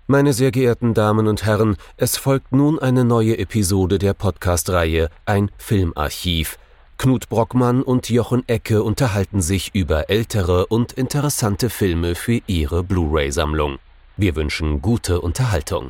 Meine sehr geehrten Damen und Herren, es folgt nun eine neue Episode der Podcast-Reihe Ein Filmarchiv. Knut Brockmann und Jochen Ecke unterhalten sich über ältere und interessante Filme für ihre Blu-ray-Sammlung. Wir wünschen gute Unterhaltung.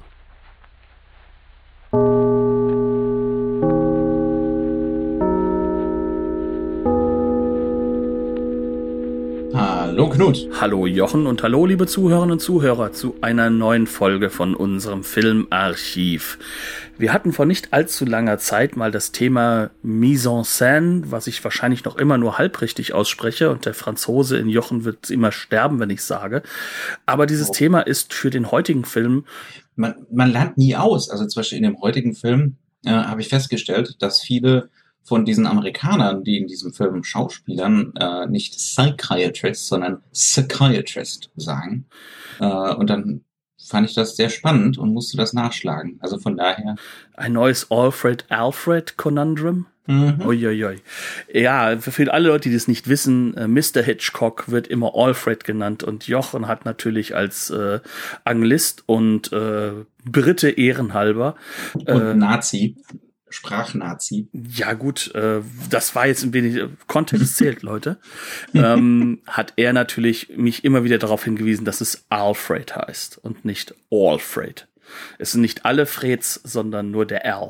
Hallo Knut. Hallo Jochen und hallo liebe Zuhörerinnen und Zuhörer zu einer neuen Folge von unserem Filmarchiv. Wir hatten vor nicht allzu langer Zeit mal das Thema Mise en Scène, was ich wahrscheinlich noch immer nur halbrichtig ausspreche und der Franzose in Jochen wird immer sterben, wenn ich sage. Aber dieses Thema ist für den heutigen Film... Man lernt nie aus. Also zum Beispiel in dem heutigen Film habe ich festgestellt, dass viele von diesen Amerikanern, die in diesem Film schauspielern, nicht Psychiatrist, sondern Psychiatrist sagen. Und dann fand ich das sehr spannend und musste das nachschlagen. Also von daher... Ein neues Alfred-Conundrum? Mhm. Uiuiui. Ja, für alle Leute, die das nicht wissen, Mr. Hitchcock wird immer Alfred genannt und Jochen hat natürlich als Anglist und Brite ehrenhalber und Nazi, Sprachnazi. Ja gut, das war jetzt ein wenig, Kontext zählt, Leute. Hat er natürlich mich immer wieder darauf hingewiesen, dass es Alfred heißt und nicht Alfred. Es sind nicht alle Freds, sondern nur der Al.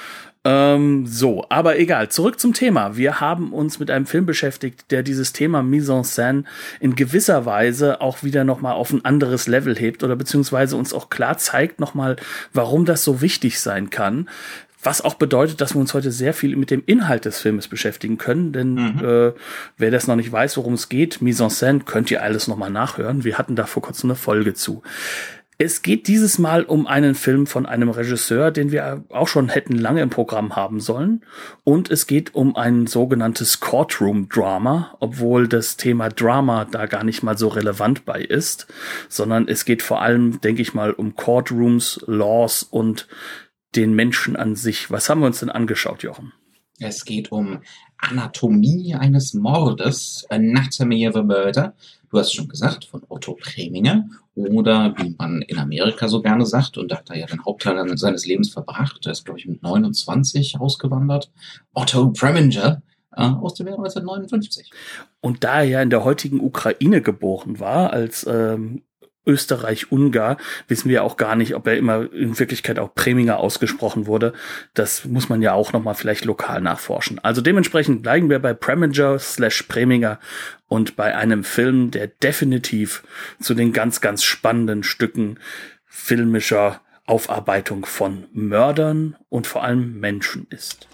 So, aber egal, zurück zum Thema. Wir haben uns mit einem Film beschäftigt, der dieses Thema Mise en Scène in gewisser Weise auch wieder nochmal auf ein anderes Level hebt oder beziehungsweise uns auch klar zeigt nochmal, warum das so wichtig sein kann. Was auch bedeutet, dass wir uns heute sehr viel mit dem Inhalt des Filmes beschäftigen können, denn wer das noch nicht weiß, worum es geht, Mise en Scène, könnt ihr alles nochmal nachhören. Wir hatten da vor kurzem eine Folge zu. Es geht dieses Mal um einen Film von einem Regisseur, den wir auch schon hätten lange im Programm haben sollen. Und es geht um ein sogenanntes Courtroom-Drama, obwohl das Thema Drama da gar nicht mal so relevant bei ist, sondern es geht vor allem, denke ich mal, um Courtrooms, Laws und den Menschen an sich. Was haben wir uns denn angeschaut, Jochen? Es geht um Anatomie eines Mordes, Anatomy of a Murder. Du hast schon gesagt, von Otto Preminger oder wie man in Amerika so gerne sagt, und da hat er ja den Hauptteil seines Lebens verbracht. Er ist, glaube ich, mit 29 ausgewandert. Otto Preminger aus dem Jahr 1959. Und da er ja in der heutigen Ukraine geboren war, als Österreich-Ungar, wissen wir auch gar nicht, ob er immer in Wirklichkeit auch Preminger ausgesprochen wurde. Das muss man ja auch nochmal vielleicht lokal nachforschen. Also dementsprechend bleiben wir bei Preminger/Preminger und bei einem Film, der definitiv zu den ganz, ganz spannenden Stücken filmischer Aufarbeitung von Mördern und vor allem Menschen ist.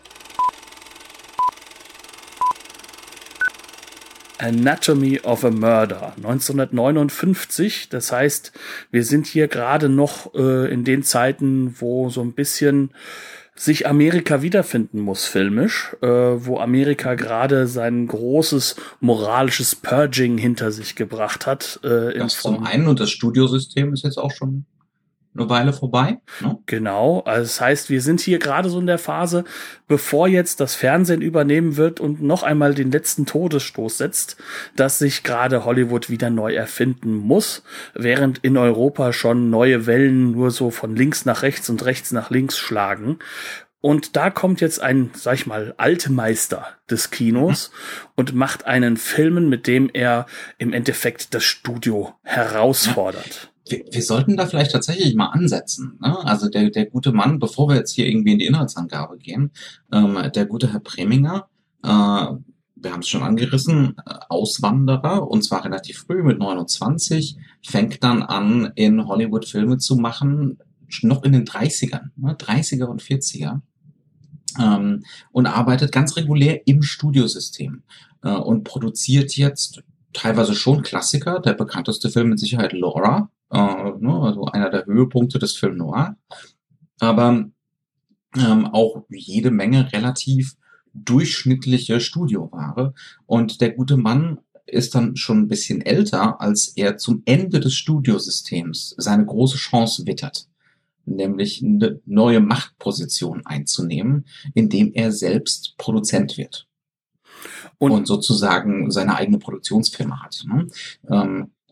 Anatomy of a Murder, 1959. Das heißt, wir sind hier gerade noch in den Zeiten, wo so ein bisschen sich Amerika wiederfinden muss filmisch, wo Amerika gerade sein großes moralisches Purging hinter sich gebracht hat. Das zum einen, und das Studiosystem ist jetzt auch schon eine Weile vorbei. Ne? Genau, also das heißt, wir sind hier gerade so in der Phase, bevor jetzt das Fernsehen übernehmen wird und noch einmal den letzten Todesstoß setzt, dass sich gerade Hollywood wieder neu erfinden muss, während in Europa schon neue Wellen nur so von links nach rechts und rechts nach links schlagen. Und da kommt jetzt ein, sag ich mal, Altmeister des Kinos und macht einen Film, mit dem er im Endeffekt das Studio herausfordert. Wir sollten da vielleicht tatsächlich mal ansetzen. Ne? Also der gute Mann, bevor wir jetzt hier irgendwie in die Inhaltsangabe gehen, der gute Herr Preminger, wir haben es schon angerissen, Auswanderer, und zwar relativ früh mit 29, fängt dann an, in Hollywood Filme zu machen, noch in den 30ern, ne? 30er und 40er. Und arbeitet ganz regulär im Studiosystem und produziert jetzt teilweise schon Klassiker. Der bekannteste Film mit Sicherheit Laura, also einer der Höhepunkte des Film Noir, aber auch jede Menge relativ durchschnittliche Studioware. Und der gute Mann ist dann schon ein bisschen älter, als er zum Ende des Studiosystems seine große Chance wittert, nämlich eine neue Machtposition einzunehmen, indem er selbst Produzent wird. Und sozusagen seine eigene Produktionsfirma hat. Ne?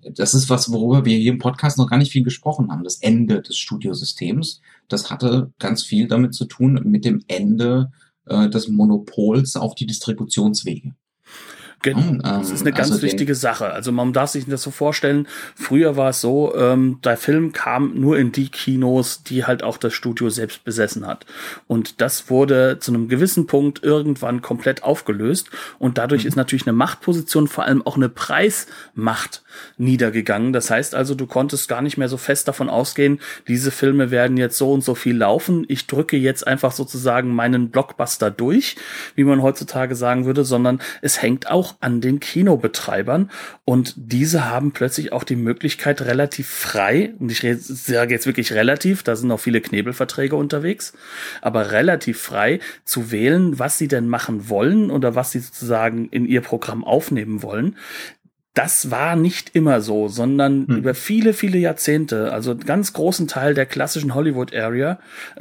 das ist was, worüber wir hier im Podcast noch gar nicht viel gesprochen haben. Das Ende des Studiosystems, das hatte ganz viel damit zu tun mit dem Ende des Monopols auf die Distributionswege. Genau, das ist eine ganz wichtige Sache. Also man darf sich das so vorstellen, früher war es so, der Film kam nur in die Kinos, die halt auch das Studio selbst besessen hat. Und das wurde zu einem gewissen Punkt irgendwann komplett aufgelöst. Und dadurch ist natürlich eine Machtposition, vor allem auch eine Preismacht niedergegangen. Das heißt also, du konntest gar nicht mehr so fest davon ausgehen, diese Filme werden jetzt so und so viel laufen. Ich drücke jetzt einfach sozusagen meinen Blockbuster durch, wie man heutzutage sagen würde, sondern es hängt auch an den Kinobetreibern und diese haben plötzlich auch die Möglichkeit relativ frei, und ich sage jetzt wirklich relativ, da sind noch viele Knebelverträge unterwegs, aber relativ frei zu wählen, was sie denn machen wollen oder was sie sozusagen in ihr Programm aufnehmen wollen. Das war nicht immer so, sondern über viele, viele Jahrzehnte, also einen ganz großen Teil der klassischen Hollywood-Ära,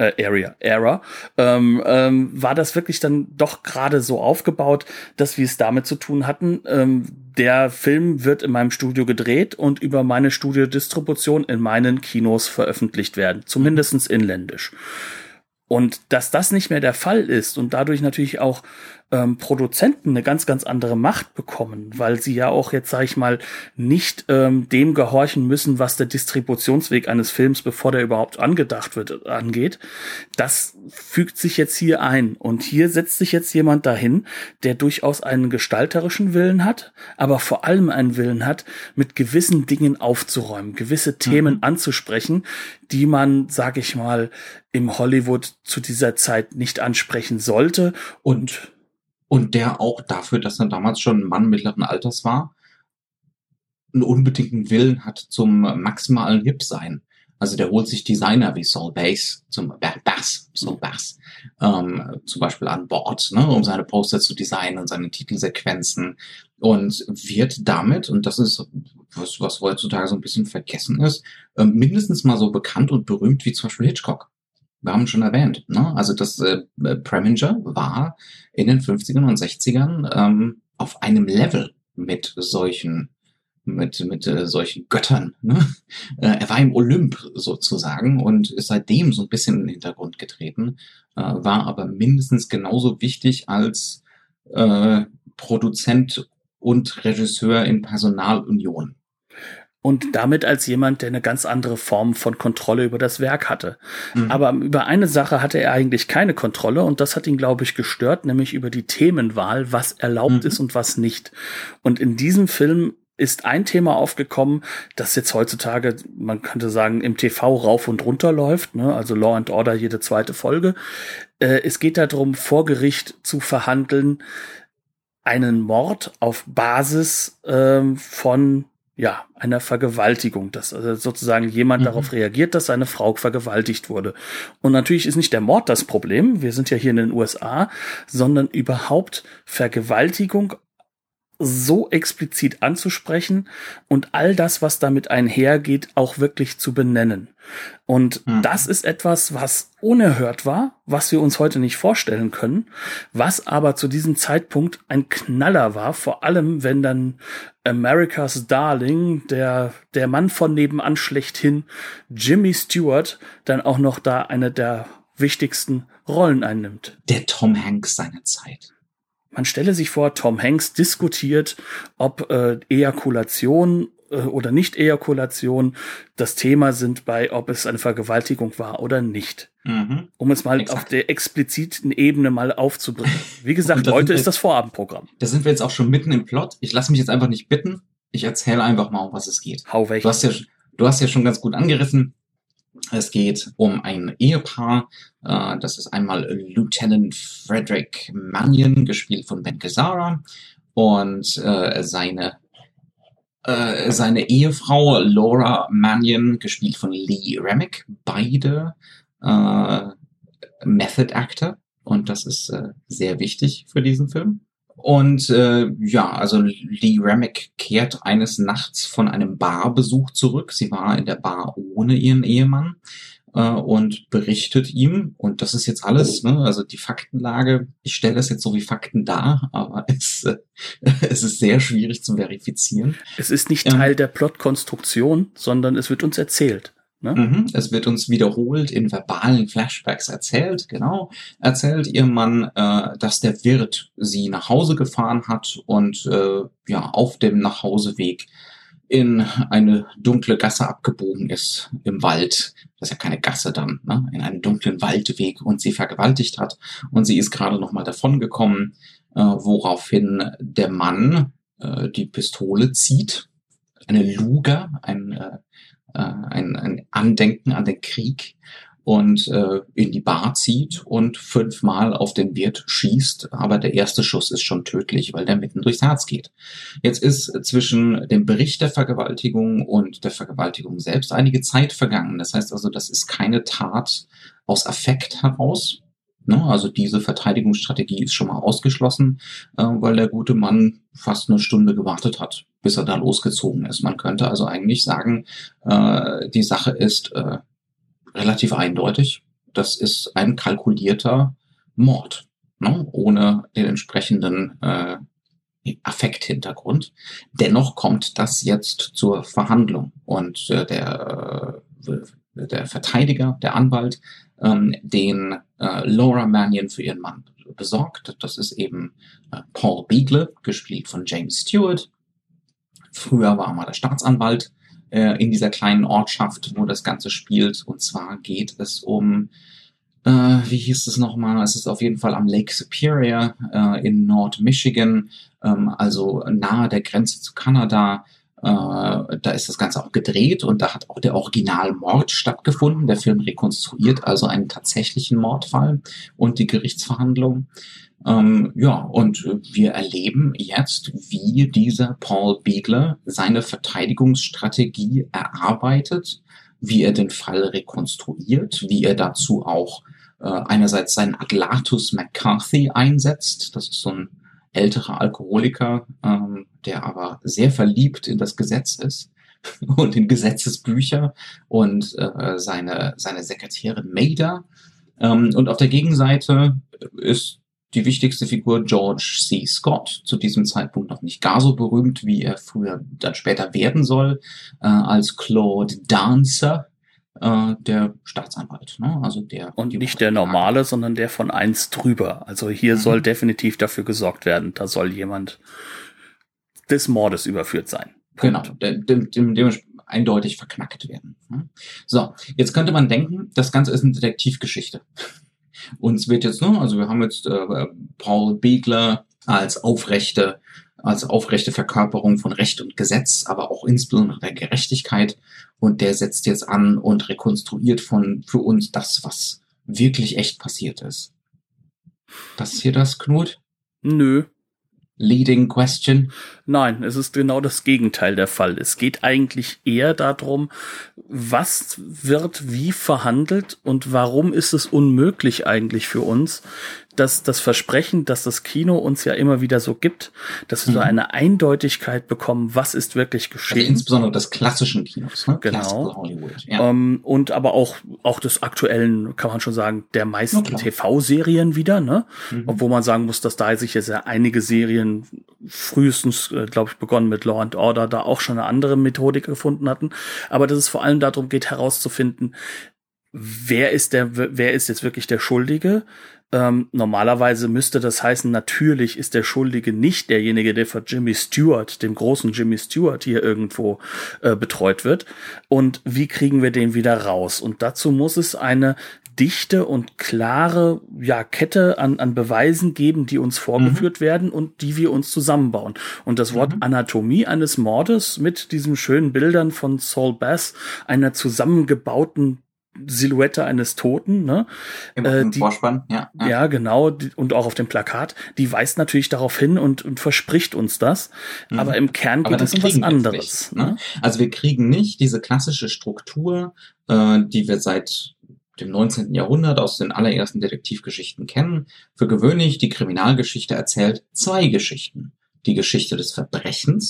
war das wirklich dann doch gerade so aufgebaut, dass wir es damit zu tun hatten, der Film wird in meinem Studio gedreht und über meine Studiodistribution in meinen Kinos veröffentlicht werden, zumindest inländisch. Und dass das nicht mehr der Fall ist und dadurch natürlich auch Produzenten eine ganz, ganz andere Macht bekommen, weil sie ja auch jetzt, sag ich mal, nicht dem gehorchen müssen, was der Distributionsweg eines Films, bevor der überhaupt angedacht wird, angeht. Das fügt sich jetzt hier ein. Und hier setzt sich jetzt jemand dahin, der durchaus einen gestalterischen Willen hat, aber vor allem einen Willen hat, mit gewissen Dingen aufzuräumen, gewisse Themen anzusprechen, die man, sag ich mal, im Hollywood zu dieser Zeit nicht ansprechen sollte. Und der auch dafür, dass er damals schon ein Mann mittleren Alters war, einen unbedingten Willen hat zum maximalen Hip-Sein. Also der holt sich Designer wie Saul Bass zum Beispiel an Bord, ne, um seine Poster zu designen und seine Titelsequenzen und wird damit, und das ist was heutzutage so ein bisschen vergessen ist, mindestens mal so bekannt und berühmt wie zum Beispiel Hitchcock. Wir haben schon erwähnt, ne? Also das Preminger war in den 50ern und 60ern auf einem Level mit solchen Göttern. Ne? Er war im Olymp sozusagen und ist seitdem so ein bisschen in den Hintergrund getreten, war aber mindestens genauso wichtig als Produzent und Regisseur in Personalunion. Und damit als jemand, der eine ganz andere Form von Kontrolle über das Werk hatte. Aber über eine Sache hatte er eigentlich keine Kontrolle und das hat ihn, glaube ich, gestört, nämlich über die Themenwahl, was erlaubt ist und was nicht. Und in diesem Film ist ein Thema aufgekommen, das jetzt heutzutage, man könnte sagen, im TV rauf und runter läuft, ne? Also Law and Order jede zweite Folge. Es geht darum, vor Gericht zu verhandeln, einen Mord auf Basis von einer Vergewaltigung, dass sozusagen jemand darauf reagiert, dass seine Frau vergewaltigt wurde. Und natürlich ist nicht der Mord das Problem, wir sind ja hier in den USA, sondern überhaupt Vergewaltigung so explizit anzusprechen und all das, was damit einhergeht, auch wirklich zu benennen. Und das ist etwas, was unerhört war, was wir uns heute nicht vorstellen können, was aber zu diesem Zeitpunkt ein Knaller war, vor allem wenn dann America's Darling, der Mann von nebenan schlechthin, Jimmy Stewart, dann auch noch da eine der wichtigsten Rollen einnimmt. Der Tom Hanks seiner Zeit. Man stelle sich vor, Tom Hanks diskutiert, ob Ejakulation oder Nicht-Ejakulation das Thema sind ob es eine Vergewaltigung war oder nicht. Um es mal auf der expliziten Ebene mal aufzubringen. Wie gesagt, heute ist das Vorabendprogramm. Da sind wir jetzt auch schon mitten im Plot. Ich lasse mich jetzt einfach nicht bitten. Ich erzähle einfach mal, um was es geht. Hau weg. Du hast ja schon ganz gut angerissen. Es geht um ein Ehepaar. Das ist einmal Lieutenant Frederick Mannion, gespielt von Ben Gazzara, und seine Ehefrau Laura Mannion, gespielt von Lee Remick. Beide Method Actor, und das ist sehr wichtig für diesen Film. Und also Lee Remick kehrt eines Nachts von einem Barbesuch zurück. Sie war in der Bar ohne ihren Ehemann. und berichtet ihm, und das ist jetzt alles, ne, also die Faktenlage, ich stelle das jetzt so wie Fakten dar, aber es ist sehr schwierig zu verifizieren. Es ist nicht Teil der Plotkonstruktion, sondern es wird uns erzählt. Ne? Es wird uns wiederholt in verbalen Flashbacks erzählt, erzählt ihr Mann, dass der Wirt sie nach Hause gefahren hat und auf dem Nachhauseweg in eine dunkle Gasse abgebogen ist im Wald. Das ist ja keine Gasse dann, ne? In einen dunklen Waldweg, und sie vergewaltigt hat. Und sie ist gerade noch mal davongekommen, woraufhin der Mann die Pistole zieht, eine Luger, ein Andenken an den Krieg, und in die Bar zieht und 5-mal auf den Wirt schießt, aber der erste Schuss ist schon tödlich, weil der mitten durchs Herz geht. Jetzt ist zwischen dem Bericht der Vergewaltigung und der Vergewaltigung selbst einige Zeit vergangen. Das heißt also, das ist keine Tat aus Affekt heraus. Ne? Also diese Verteidigungsstrategie ist schon mal ausgeschlossen, weil der gute Mann fast eine Stunde gewartet hat, bis er da losgezogen ist. Man könnte also eigentlich sagen, die Sache ist relativ eindeutig. Das ist ein kalkulierter Mord, ne? Ohne den entsprechenden Affekthintergrund. Dennoch kommt das jetzt zur Verhandlung, und der Verteidiger, der Anwalt, den Laura Mannion für ihren Mann besorgt. Das ist eben Paul Beagle, gespielt von James Stewart. Früher war er mal der Staatsanwalt in dieser kleinen Ortschaft, wo das Ganze spielt. Und zwar geht es um, wie hieß es nochmal? Es ist auf jeden Fall am Lake Superior in Nord-Michigan, also nahe der Grenze zu Kanada. Da ist das Ganze auch gedreht, und da hat auch der Originalmord stattgefunden. Der Film rekonstruiert also einen tatsächlichen Mordfall und die Gerichtsverhandlung. Und wir erleben jetzt, wie dieser Paul Beagle seine Verteidigungsstrategie erarbeitet, wie er den Fall rekonstruiert, wie er dazu auch einerseits seinen Aglatus McCarthy einsetzt. Das ist so ein älterer Alkoholiker, der aber sehr verliebt in das Gesetz ist und in Gesetzesbücher, und seine Sekretärin Maida. Und auf der Gegenseite ist die wichtigste Figur George C. Scott, zu diesem Zeitpunkt noch nicht gar so berühmt, wie er früher dann später werden soll, als Claude Dancer, der Staatsanwalt, ne? Also der. Und nicht der normale, sondern der von eins drüber. Also hier soll definitiv dafür gesorgt werden, da soll jemand des Mordes überführt sein. Punkt. Genau, dem eindeutig verknackt werden. So, jetzt könnte man denken, das Ganze ist eine Detektivgeschichte. Uns wird jetzt, also wir haben jetzt Paul Beagle als aufrechte Verkörperung von Recht und Gesetz, aber auch insbesondere der Gerechtigkeit. Und der setzt jetzt an und rekonstruiert für uns das, was wirklich echt passiert ist. Passiert das, Knut? Nö. Leading question? Nein, es ist genau das Gegenteil der Fall. Es geht eigentlich eher darum, was wird wie verhandelt und warum ist es unmöglich eigentlich für uns, dass das Versprechen, dass das Kino uns ja immer wieder so gibt, dass wir so eine Eindeutigkeit bekommen, was ist wirklich geschehen. Also insbesondere des klassischen Kinos, ne? Genau. Hollywood, ja. Und aber auch des aktuellen, kann man schon sagen, der meisten TV-Serien wieder, ne? Obwohl man sagen muss, dass da sich jetzt ja einige Serien frühestens, glaube ich, begonnen mit Law and Order, da auch schon eine andere Methodik gefunden hatten. Aber dass es vor allem darum geht, herauszufinden, wer ist jetzt wirklich der Schuldige? Normalerweise müsste das heißen, natürlich ist der Schuldige nicht derjenige, der von Jimmy Stewart, dem großen Jimmy Stewart, hier irgendwo betreut wird. Und wie kriegen wir den wieder raus? Und dazu muss es eine dichte und klare Kette an Beweisen geben, die uns vorgeführt werden und die wir uns zusammenbauen. Und das Wort Anatomie eines Mordes mit diesen schönen Bildern von Saul Bass, einer zusammengebauten Silhouette eines Toten, ne? Im Vorspann, ja. Ja, genau, und auch auf dem Plakat, die weist natürlich darauf hin und verspricht uns das, aber im Kern geht es um was anderes. Ne? Also wir kriegen nicht diese klassische Struktur, die wir seit dem 19. Jahrhundert aus den allerersten Detektivgeschichten kennen. Für gewöhnlich, die Kriminalgeschichte erzählt zwei Geschichten. Die Geschichte des Verbrechens,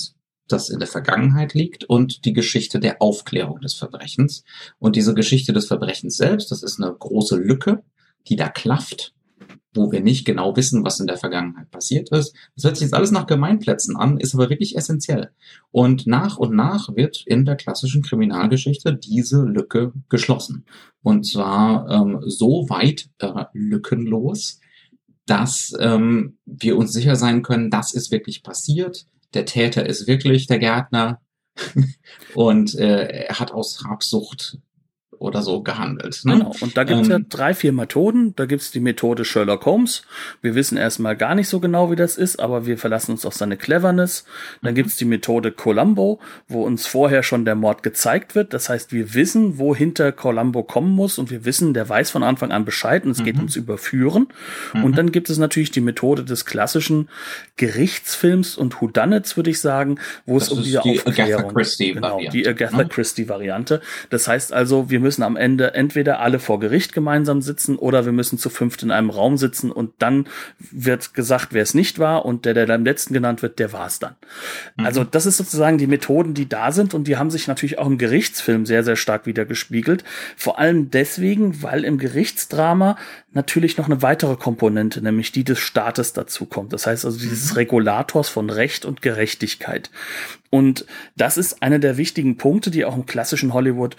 das in der Vergangenheit liegt, und die Geschichte der Aufklärung des Verbrechens. Und diese Geschichte des Verbrechens selbst, das ist eine große Lücke, die da klafft, wo wir nicht genau wissen, was in der Vergangenheit passiert ist. Das hört sich jetzt alles nach Gemeinplätzen an, ist aber wirklich essentiell. Und nach wird in der klassischen Kriminalgeschichte diese Lücke geschlossen. Und zwar so weit lückenlos, dass wir uns sicher sein können, das ist wirklich passiert. Der Täter ist wirklich der Gärtner und er hat aus Habsucht oder so gehandelt. Ne? Genau. Und da gibt es ja 3-4 Methoden. Da gibt es die Methode Sherlock Holmes. Wir wissen erstmal gar nicht so genau, wie das ist, aber wir verlassen uns auf seine Cleverness. Dann gibt es die Methode Columbo, wo uns vorher schon der Mord gezeigt wird. Das heißt, wir wissen, wo hinter Columbo kommen muss, und wir wissen, der weiß von Anfang an Bescheid, und es geht ums Überführen. Und dann gibt es natürlich die Methode des klassischen Gerichtsfilms und Whodunits, würde ich sagen, wo es um diese Aufklärung geht. Die Agatha Christie-Variante. Das heißt also, wir müssen am Ende entweder alle vor Gericht gemeinsam sitzen, oder wir müssen zu 5 in einem Raum sitzen, und dann wird gesagt, wer es nicht war, und der am letzten genannt wird, der war es dann. Also das ist sozusagen die Methoden, die da sind, und die haben sich natürlich auch im Gerichtsfilm sehr, sehr stark wieder gespiegelt. Vor allem deswegen, weil im Gerichtsdrama natürlich noch eine weitere Komponente, nämlich die des Staates dazu kommt. Das heißt also dieses Regulators von Recht und Gerechtigkeit. Und das ist einer der wichtigen Punkte, die auch im klassischen Hollywood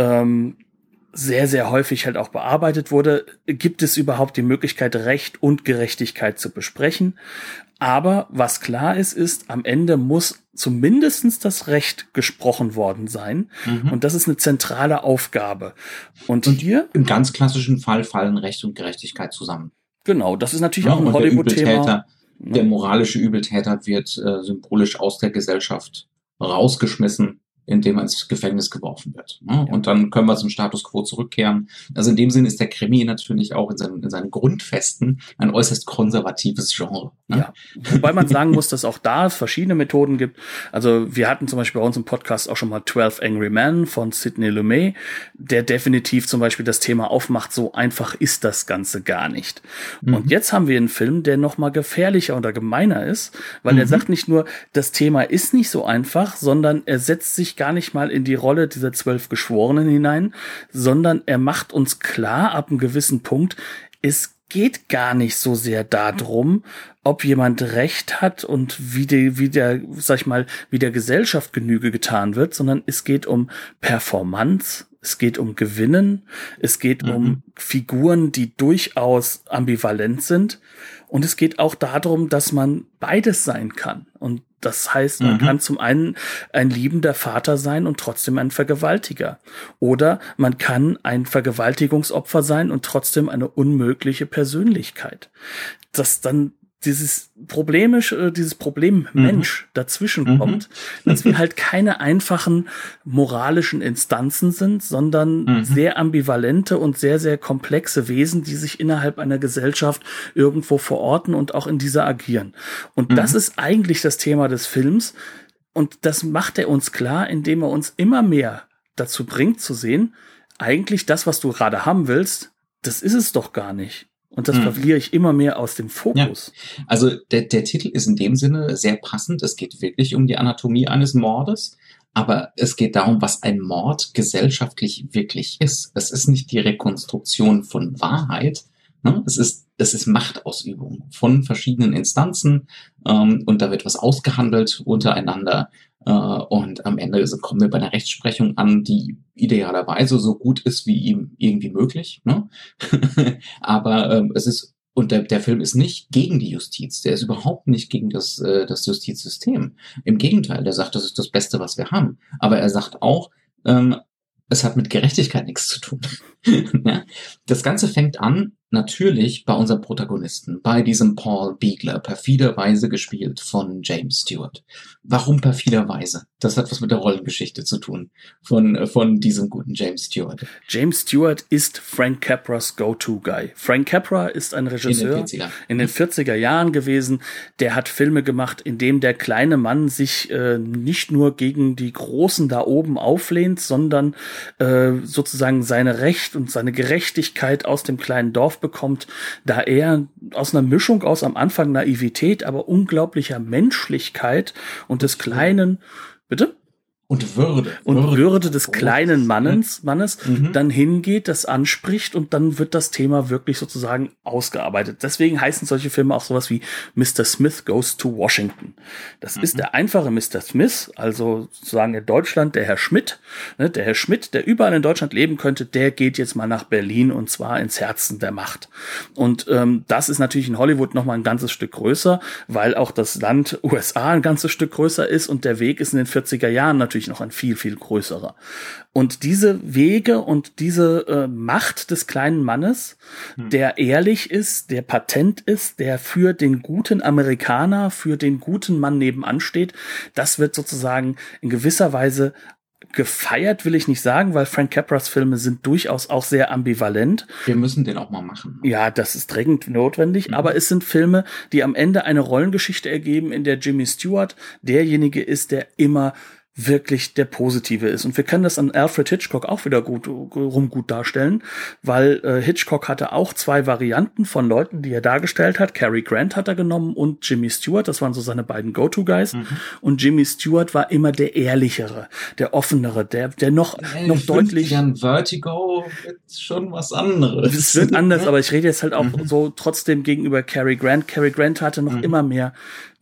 sehr, sehr häufig halt auch bearbeitet wurde. Gibt es überhaupt die Möglichkeit, Recht und Gerechtigkeit zu besprechen? Aber was klar ist, am Ende muss zumindestens das Recht gesprochen worden sein. Und das ist eine zentrale Aufgabe. Und hier im ganz klassischen Fall fallen Recht und Gerechtigkeit zusammen. Genau, das ist natürlich auch ein Hollywood-Thema. Der moralische Übeltäter wird symbolisch aus der Gesellschaft rausgeschmissen, indem er ins Gefängnis geworfen wird. Ne? Ja. Und dann können wir zum Status quo zurückkehren. Also in dem Sinne ist der Krimi natürlich auch in seinen Grundfesten ein äußerst konservatives Genre. Ne? Ja, wobei man sagen muss, dass auch da es verschiedene Methoden gibt. Also wir hatten zum Beispiel bei uns im Podcast auch schon mal 12 Angry Men von Sidney Lumet, der definitiv zum Beispiel das Thema aufmacht, so einfach ist das Ganze gar nicht. Und jetzt haben wir einen Film, der noch mal gefährlicher oder gemeiner ist, weil er sagt nicht nur, das Thema ist nicht so einfach, sondern er setzt sich gar nicht mal in die Rolle dieser 12 Geschworenen hinein, sondern er macht uns klar, ab einem gewissen Punkt, es geht gar nicht so sehr darum, ob jemand Recht hat und wie der Gesellschaft Genüge getan wird, sondern es geht um Performance, es geht um Gewinnen, es geht um Figuren, die durchaus ambivalent sind, und es geht auch darum, dass man beides sein kann. Und das heißt, man kann zum einen ein liebender Vater sein und trotzdem ein Vergewaltiger. Oder man kann ein Vergewaltigungsopfer sein und trotzdem eine unmögliche Persönlichkeit. Dass dann dieses Problem Mensch dazwischen kommt, dass wir halt keine einfachen moralischen Instanzen sind, sondern sehr ambivalente und sehr, sehr komplexe Wesen, die sich innerhalb einer Gesellschaft irgendwo verorten und auch in dieser agieren. Und das ist eigentlich das Thema des Films, und das macht er uns klar, indem er uns immer mehr dazu bringt zu sehen, eigentlich das, was du gerade haben willst, das ist es doch gar nicht. Und das verliere ich immer mehr aus dem Fokus. Ja. Also der Titel ist in dem Sinne sehr passend. Es geht wirklich um die Anatomie eines Mordes, aber es geht darum, was ein Mord gesellschaftlich wirklich ist. Es ist nicht die Rekonstruktion von Wahrheit, ne? Es ist Machtausübung von verschiedenen Instanzen, und da wird was ausgehandelt untereinander. Und am Ende kommen wir bei einer Rechtsprechung an, die idealerweise so gut ist wie ihm irgendwie möglich. Ne? Aber der Film ist nicht gegen die Justiz. Der ist überhaupt nicht gegen das Justizsystem. Im Gegenteil, der sagt, das ist das Beste, was wir haben. Aber er sagt auch, es hat mit Gerechtigkeit nichts zu tun. Ja? Das Ganze fängt an, natürlich bei unserem Protagonisten, bei diesem Paul Beagler, perfiderweise gespielt von James Stewart. Warum perfiderweise? Das hat was mit der Rollengeschichte zu tun von diesem guten James Stewart. James Stewart ist Frank Capras Go-To-Guy. Frank Capra ist ein Regisseur in den 40er Jahren gewesen. Der hat Filme gemacht, in dem der kleine Mann sich nicht nur gegen die Großen da oben auflehnt, sondern sozusagen seine Recht und seine Gerechtigkeit aus dem kleinen Dorf bekommt, da er aus einer Mischung aus am Anfang Naivität, aber unglaublicher Menschlichkeit und des kleinen, bitte? Und Würde. Und Würde des kleinen Mannes dann hingeht, das anspricht und dann wird das Thema wirklich sozusagen ausgearbeitet. Deswegen heißen solche Filme auch sowas wie Mr. Smith Goes to Washington. Das ist der einfache Mr. Smith, also sozusagen in Deutschland der Herr Schmidt. Ne, der Herr Schmidt, der überall in Deutschland leben könnte, der geht jetzt mal nach Berlin und zwar ins Herzen der Macht. Und das ist natürlich in Hollywood noch mal ein ganzes Stück größer, weil auch das Land USA ein ganzes Stück größer ist und der Weg ist in den 40er Jahren natürlich noch ein viel, viel größerer. Und diese Wege und diese Macht des kleinen Mannes, der ehrlich ist, der patent ist, der für den guten Amerikaner, für den guten Mann nebenan steht, das wird sozusagen in gewisser Weise gefeiert, will ich nicht sagen, weil Frank Capras Filme sind durchaus auch sehr ambivalent. Wir müssen den auch mal machen. Ja, das ist dringend notwendig, aber es sind Filme, die am Ende eine Rollengeschichte ergeben, in der Jimmy Stewart derjenige ist, der immer wirklich der Positive ist. Und wir können das an Alfred Hitchcock auch wieder gut darstellen, weil Hitchcock hatte auch zwei Varianten von Leuten, die er dargestellt hat. Cary Grant hat er genommen und Jimmy Stewart, das waren so seine beiden Go-To-Guys. Und Jimmy Stewart war immer der ehrlichere, der offenere, der noch deutlich... Vertigo wird schon was anderes. Es wird anders, aber ich rede jetzt halt auch so trotzdem gegenüber Cary Grant. Cary Grant hatte noch immer mehr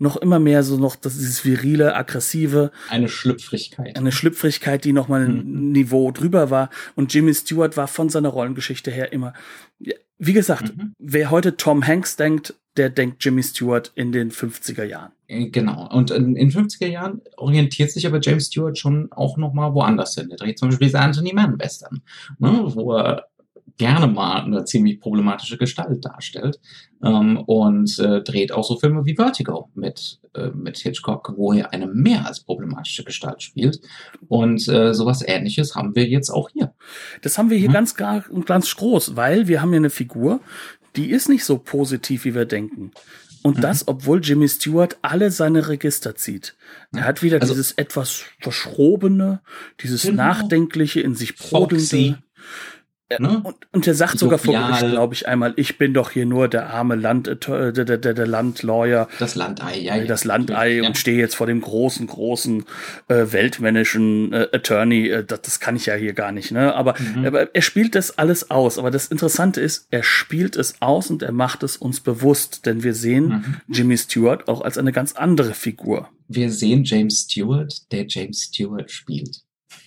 dieses virile, aggressive. Eine Schlüpfrigkeit, die noch mal ein Niveau drüber war. Und Jimmy Stewart war von seiner Rollengeschichte her immer, wie gesagt, wer heute Tom Hanks denkt, der denkt Jimmy Stewart in den 50er Jahren. Genau. Und in den 50er Jahren orientiert sich aber James Stewart schon auch noch mal woanders hin. Er dreht zum Beispiel diese Anthony Mann Western, ne, wo er gerne mal eine ziemlich problematische Gestalt darstellt und dreht auch so Filme wie Vertigo mit Hitchcock, wo er eine mehr als problematische Gestalt spielt und sowas Ähnliches haben wir jetzt auch hier. Das haben wir hier ganz klar und ganz groß, weil wir haben hier eine Figur, die ist nicht so positiv, wie wir denken. Und das, obwohl Jimmy Stewart alle seine Register zieht. Er hat wieder dieses etwas Verschrobene, dieses Nachdenkliche, in sich brodelnde. Ne? Und er sagt sogar vor Gericht, glaube ich, einmal, ich bin doch hier nur der arme der Landlawyer. Das Landei, ja. Das Landei und stehe jetzt vor dem großen weltmännischen Attorney. Das kann ich ja hier gar nicht, ne? Aber er spielt das alles aus. Aber das Interessante ist, er spielt es aus und er macht es uns bewusst. Denn wir sehen Jimmy Stewart auch als eine ganz andere Figur. Wir sehen James Stewart, der James Stewart spielt.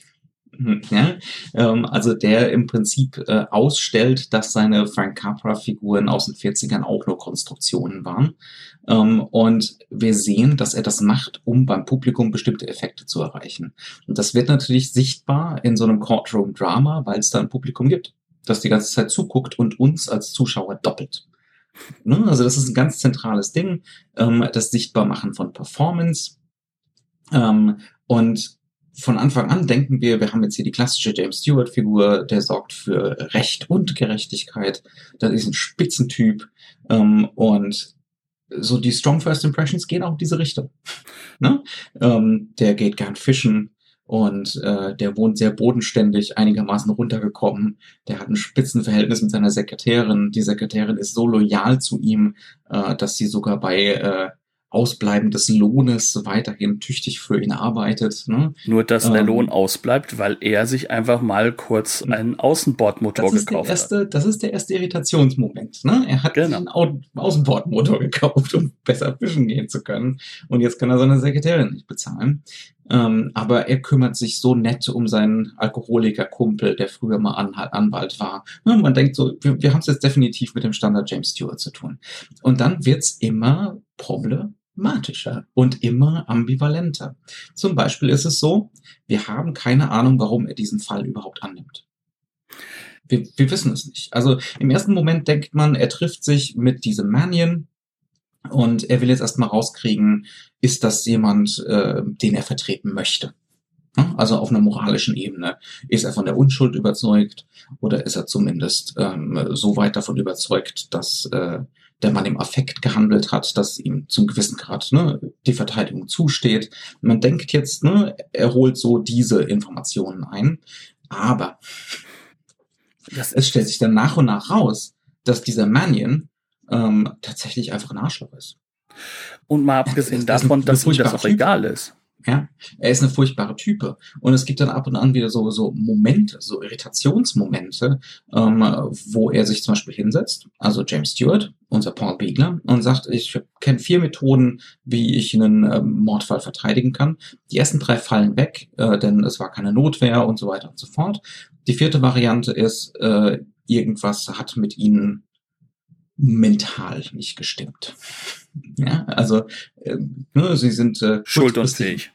Ja, also der im Prinzip ausstellt, dass seine Frank Capra-Figuren aus den 40ern auch nur Konstruktionen waren. Und wir sehen, dass er das macht, um beim Publikum bestimmte Effekte zu erreichen. Und das wird natürlich sichtbar in so einem Courtroom-Drama, weil es da ein Publikum gibt, das die ganze Zeit zuguckt und uns als Zuschauer doppelt. Ne? Also das ist ein ganz zentrales Ding, das Sichtbarmachen von Performance. Und von Anfang an denken wir haben jetzt hier die klassische James Stewart-Figur, der sorgt für Recht und Gerechtigkeit. Das ist ein Spitzentyp. Und so die Strong First Impressions gehen auch in diese Richtung. Ne? Der geht gern fischen und der wohnt sehr bodenständig, einigermaßen runtergekommen. Der hat ein Spitzenverhältnis mit seiner Sekretärin. Die Sekretärin ist so loyal zu ihm, dass sie sogar bei Ausbleiben des Lohnes weiterhin tüchtig für ihn arbeitet. Ne? Nur, dass der Lohn ausbleibt, weil er sich einfach mal kurz einen Außenbordmotor gekauft hat. Das ist der erste Irritationsmoment. Ne? Er hat einen Außenbordmotor gekauft, um besser fischen gehen zu können. Und jetzt kann er seine Sekretärin nicht bezahlen. Aber er kümmert sich so nett um seinen Alkoholiker-Kumpel, der früher mal Anwalt war. Ne? Man denkt so, wir haben es jetzt definitiv mit dem Standard James Stewart zu tun. Und dann wird's immer problematischer und immer ambivalenter. Zum Beispiel ist es so, wir haben keine Ahnung, warum er diesen Fall überhaupt annimmt. Wir wissen es nicht. Also im ersten Moment denkt man, er trifft sich mit diesem Mannion und er will jetzt erstmal rauskriegen, ist das jemand, den er vertreten möchte. Also auf einer moralischen Ebene. Ist er von der Unschuld überzeugt oder ist er zumindest so weit davon überzeugt, dass der Mann im Affekt gehandelt hat, dass ihm zum gewissen Grad die Verteidigung zusteht. Man denkt jetzt, er holt so diese Informationen ein, aber es stellt sich dann nach und nach raus, dass dieser Mannion tatsächlich einfach ein Arschloch ist. Und mal abgesehen davon, dass ihm das auch egal ist. Ja, er ist eine furchtbare Type. Und es gibt dann ab und an wieder so Momente, so Irritationsmomente, wo er sich zum Beispiel hinsetzt, also James Stewart, unser Paul Beagler, und sagt, ich kenne 4 Methoden, wie ich einen Mordfall verteidigen kann. Die ersten 3 fallen weg, denn es war keine Notwehr und so weiter und so fort. Die 4. Variante ist, irgendwas hat mit ihnen mental nicht gestimmt. Ja, also sie sind schuldunfähig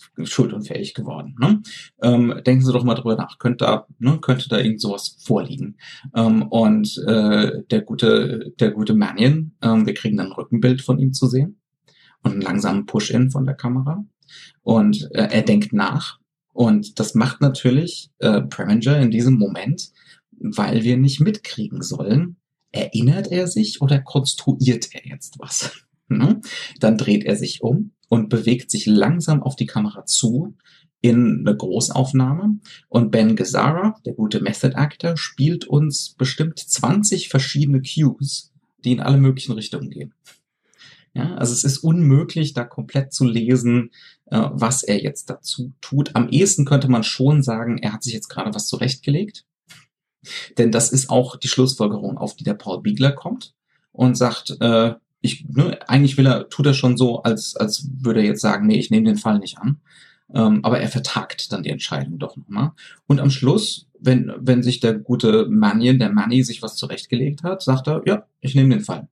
geworden. Ne? Denken Sie doch mal drüber nach. Könnte da irgend sowas vorliegen? Und der gute Mannion, wir kriegen dann ein Rückenbild von ihm zu sehen und einen langsamen Push-In von der Kamera. Und er denkt nach. Und das macht natürlich Preminger in diesem Moment, weil wir nicht mitkriegen sollen, erinnert er sich oder konstruiert er jetzt was? Dann dreht er sich um und bewegt sich langsam auf die Kamera zu in eine Großaufnahme. Und Ben Gazzara, der gute Method Actor, spielt uns bestimmt 20 verschiedene Cues, die in alle möglichen Richtungen gehen. Ja, also es ist unmöglich, da komplett zu lesen, was er jetzt dazu tut. Am ehesten könnte man schon sagen, er hat sich jetzt gerade was zurechtgelegt. Denn das ist auch die Schlussfolgerung, auf die der Paul Beagler kommt und sagt, eigentlich tut er schon so, als würde er jetzt sagen, nee, ich nehme den Fall nicht an. Aber er vertagt dann die Entscheidung doch nochmal. Und am Schluss, wenn sich der gute Mannion, der Manny, sich was zurechtgelegt hat, sagt er, ja, ich nehme den Fall.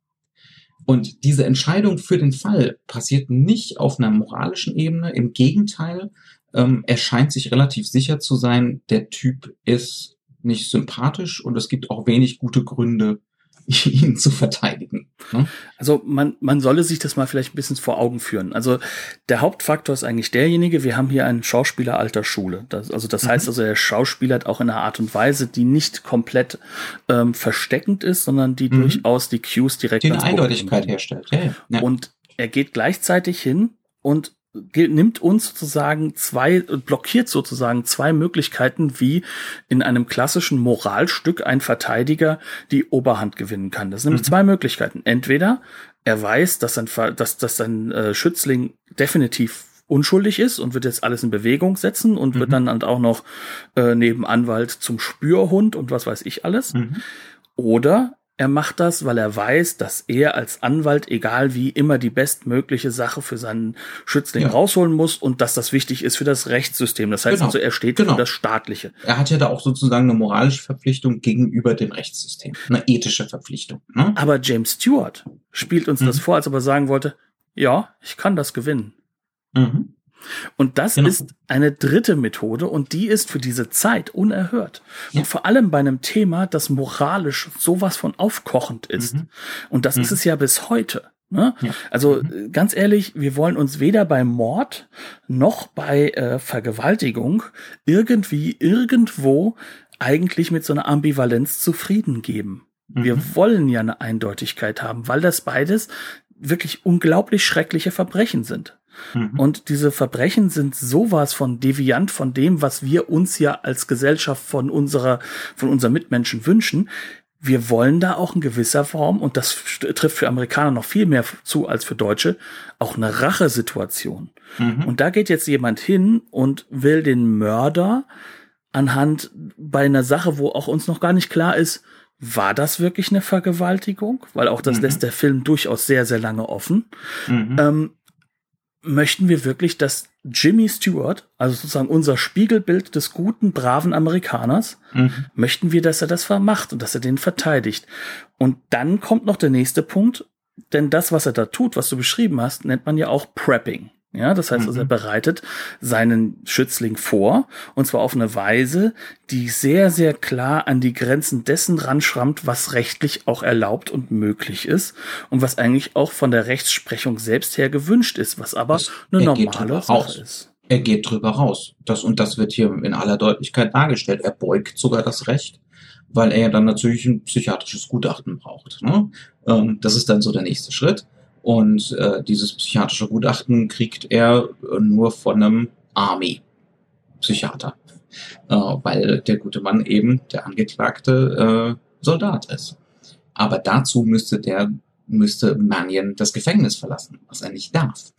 Und diese Entscheidung für den Fall passiert nicht auf einer moralischen Ebene. Im Gegenteil, er scheint sich relativ sicher zu sein, der Typ ist nicht sympathisch und es gibt auch wenig gute Gründe, ihn zu verteidigen. Ne? Also man solle sich das mal vielleicht ein bisschen vor Augen führen. Also der Hauptfaktor ist eigentlich derjenige, wir haben hier einen Schauspieler alter Schule. Das heißt also, der Schauspieler hat auch in einer Art und Weise, die nicht komplett versteckend ist, sondern die durchaus die Cues direkt die eine Eindeutigkeit herstellt. Ja. Und er geht gleichzeitig hin und nimmt uns blockiert sozusagen 2 Möglichkeiten, wie in einem klassischen Moralstück ein Verteidiger die Oberhand gewinnen kann. Das sind nämlich 2 Möglichkeiten. Entweder er weiß, dass sein Schützling definitiv unschuldig ist und wird jetzt alles in Bewegung setzen und wird dann halt auch noch neben Anwalt zum Spürhund und was weiß ich alles. Oder er macht das, weil er weiß, dass er als Anwalt, egal wie, immer die bestmögliche Sache für seinen Schützling rausholen muss und dass das wichtig ist für das Rechtssystem. Das heißt also, er steht für das Staatliche. Er hat ja da auch sozusagen eine moralische Verpflichtung gegenüber dem Rechtssystem. Eine ethische Verpflichtung. Ne? Aber James Stewart spielt uns das vor, als ob er sagen wollte, ja, ich kann das gewinnen. Und das ist eine dritte Methode und die ist für diese Zeit unerhört. Und vor allem bei einem Thema, das moralisch sowas von aufkochend ist. Und das ist es ja bis heute. Ne? Ja. Also ganz ehrlich, wir wollen uns weder bei Mord noch bei Vergewaltigung irgendwo eigentlich mit so einer Ambivalenz zufrieden geben. Wir wollen ja eine Eindeutigkeit haben, weil das beides wirklich unglaublich schreckliche Verbrechen sind. Und diese Verbrechen sind sowas von deviant von dem, was wir uns ja als Gesellschaft von unseren Mitmenschen wünschen. Wir wollen da auch in gewisser Form, und das trifft für Amerikaner noch viel mehr zu als für Deutsche, auch eine Rachesituation. Und da geht jetzt jemand hin und will den Mörder anhand bei einer Sache, wo auch uns noch gar nicht klar ist, war das wirklich eine Vergewaltigung? Weil auch das lässt der Film durchaus sehr, sehr lange offen. Möchten wir wirklich, dass Jimmy Stewart, also sozusagen unser Spiegelbild des guten, braven Amerikaners, möchten wir, dass er das vermacht und dass er den verteidigt. Und dann kommt noch der nächste Punkt, denn das, was er da tut, was du beschrieben hast, nennt man ja auch Prepping. Ja, das heißt also, er bereitet seinen Schützling vor, und zwar auf eine Weise, die sehr, sehr klar an die Grenzen dessen ranschrammt, was rechtlich auch erlaubt und möglich ist und was eigentlich auch von der Rechtsprechung selbst her gewünscht ist, was aber eine normale Sache ist. Er geht drüber raus. Das wird hier in aller Deutlichkeit dargestellt. Er beugt sogar das Recht, weil er ja dann natürlich ein psychiatrisches Gutachten braucht. Ne? Das ist dann so der nächste Schritt. Und dieses psychiatrische Gutachten kriegt er nur von einem Army-Psychiater, weil der gute Mann eben, der Angeklagte, Soldat ist. Aber dazu müsste Mannion das Gefängnis verlassen, was er nicht darf.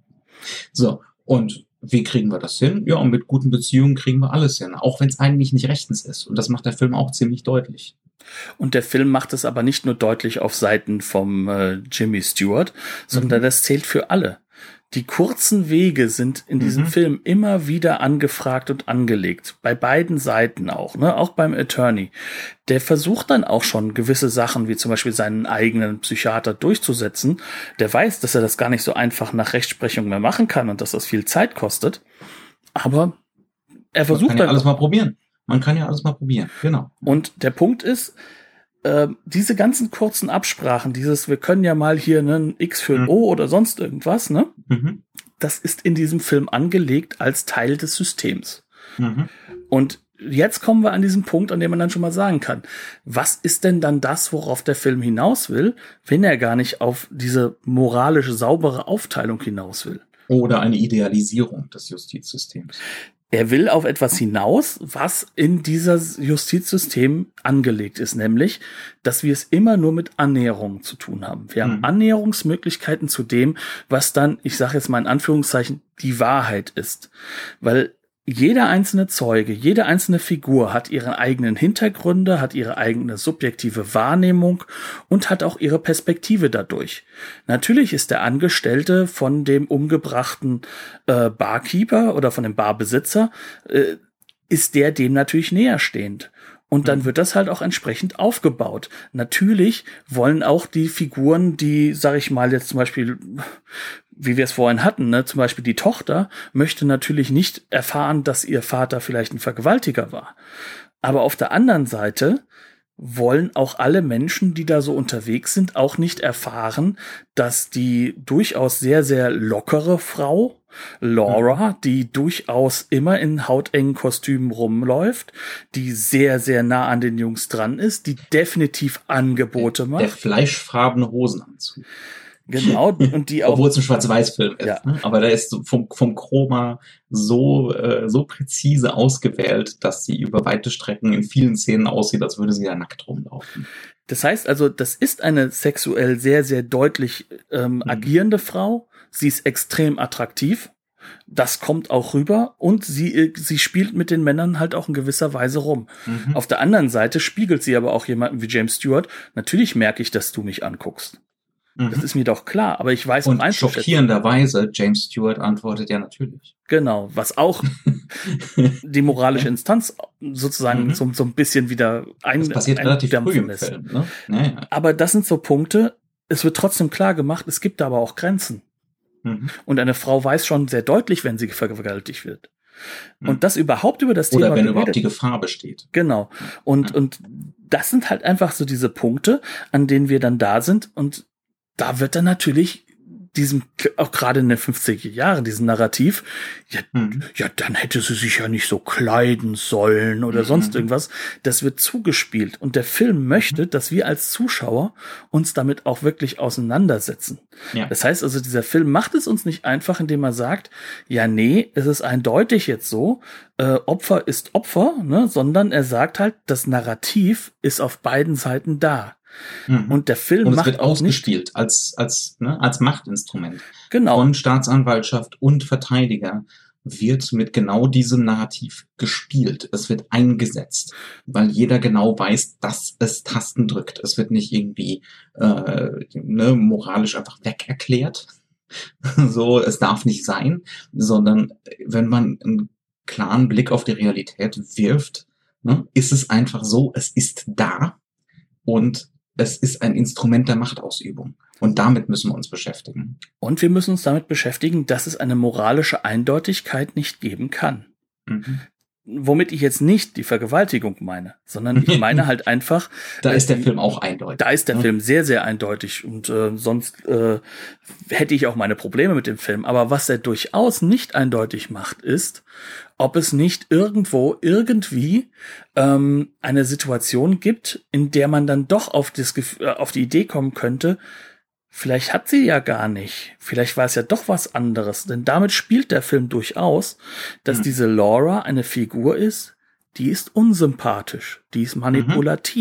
So, und wie kriegen wir das hin? Ja, und mit guten Beziehungen kriegen wir alles hin, auch wenn es eigentlich nicht rechtens ist. Und das macht der Film auch ziemlich deutlich. Und der Film macht es aber nicht nur deutlich auf Seiten vom Jimmy Stewart, sondern das zählt für alle. Die kurzen Wege sind in diesem Film immer wieder angefragt und angelegt. Bei beiden Seiten auch, ne? Auch beim Attorney. Der versucht dann auch schon gewisse Sachen, wie zum Beispiel seinen eigenen Psychiater durchzusetzen. Der weiß, dass er das gar nicht so einfach nach Rechtsprechung mehr machen kann und dass das viel Zeit kostet. Aber er versucht dann alles mal probieren. Man kann ja alles mal probieren, genau. Und der Punkt ist, diese ganzen kurzen Absprachen, wir können ja mal hier ein X für ein O oder sonst irgendwas, ne? Das ist in diesem Film angelegt als Teil des Systems. Und jetzt kommen wir an diesen Punkt, an dem man dann schon mal sagen kann, was ist denn dann das, worauf der Film hinaus will, wenn er gar nicht auf diese moralisch saubere Aufteilung hinaus will? Oder eine Idealisierung des Justizsystems. Er will auf etwas hinaus, was in dieses Justizsystem angelegt ist, nämlich, dass wir es immer nur mit Annäherungen zu tun haben. Wir haben Annäherungsmöglichkeiten zu dem, was dann, ich sage jetzt mal in Anführungszeichen, die Wahrheit ist. Weil jeder einzelne Zeuge, jede einzelne Figur hat ihre eigenen Hintergründe, hat ihre eigene subjektive Wahrnehmung und hat auch ihre Perspektive dadurch. Natürlich ist der Angestellte von dem umgebrachten Barkeeper oder von dem Barbesitzer, ist der dem natürlich näher stehend. Und dann wird das halt auch entsprechend aufgebaut. Natürlich wollen auch die Figuren, die, sag ich mal, jetzt zum Beispiel, wie wir es vorhin hatten, ne, zum Beispiel die Tochter, möchte natürlich nicht erfahren, dass ihr Vater vielleicht ein Vergewaltiger war. Aber auf der anderen Seite wollen auch alle Menschen, die da so unterwegs sind, auch nicht erfahren, dass die durchaus sehr, sehr lockere Frau, Laura, die durchaus immer in hautengen Kostümen rumläuft, die sehr, sehr nah an den Jungs dran ist, die definitiv Angebote macht. Der fleischfarbene Hosenanzug. Genau, und die auch. Obwohl es ein Schwarz-Weiß-Film ist, ja. Ne? Aber der ist vom Chroma so präzise ausgewählt, dass sie über weite Strecken in vielen Szenen aussieht, als würde sie da nackt rumlaufen. Das heißt also, das ist eine sexuell sehr, sehr deutlich agierende Frau. Sie ist extrem attraktiv. Das kommt auch rüber und sie spielt mit den Männern halt auch in gewisser Weise rum. Auf der anderen Seite spiegelt sie aber auch jemanden wie James Stewart. Natürlich merke ich, dass du mich anguckst. Das ist mir doch klar, aber ich weiß und schockierenderweise, James Stewart antwortet ja natürlich. Genau, was auch die moralische Instanz sozusagen so ein bisschen wieder das passiert relativ früh im Film, ne? Ja. Aber das sind so Punkte, es wird trotzdem klar gemacht, es gibt da aber auch Grenzen. Und eine Frau weiß schon sehr deutlich, wenn sie vergewaltigt wird. Und das überhaupt über das Thema. Oder wenn überhaupt die Gefahr besteht. Genau. Und das sind halt einfach so diese Punkte, an denen wir dann da sind und da wird dann natürlich auch gerade in den 50er Jahren, diesen Narrativ, ja, dann hätte sie sich ja nicht so kleiden sollen oder sonst irgendwas. Das wird zugespielt. Und der Film möchte, dass wir als Zuschauer uns damit auch wirklich auseinandersetzen. Ja. Das heißt also, dieser Film macht es uns nicht einfach, indem er sagt, ja, nee, es ist eindeutig jetzt so, Opfer ist Opfer, ne, sondern er sagt halt, das Narrativ ist auf beiden Seiten da. Und der Film macht wird ausgespielt als Machtinstrument. Genau. Von Staatsanwaltschaft und Verteidiger wird mit genau diesem Narrativ gespielt. Es wird eingesetzt, weil jeder genau weiß, dass es Tasten drückt. Es wird nicht irgendwie moralisch einfach weg erklärt. So, es darf nicht sein, sondern wenn man einen klaren Blick auf die Realität wirft, ne, ist es einfach so, es ist da und es ist ein Instrument der Machtausübung. Und damit müssen wir uns beschäftigen. Und wir müssen uns damit beschäftigen, dass es eine moralische Eindeutigkeit nicht geben kann. Womit ich jetzt nicht die Vergewaltigung meine, sondern ich meine halt einfach... Da ist der Film auch eindeutig. Da ist der Film sehr, sehr eindeutig. Und sonst hätte ich auch meine Probleme mit dem Film. Aber was er durchaus nicht eindeutig macht, ist, ob es nicht irgendwie eine Situation gibt, in der man dann doch auf die Idee kommen könnte, vielleicht hat sie ja gar nicht. Vielleicht war es ja doch was anderes. Denn damit spielt der Film durchaus, dass diese Laura eine Figur ist, die ist unsympathisch, die ist manipulativ.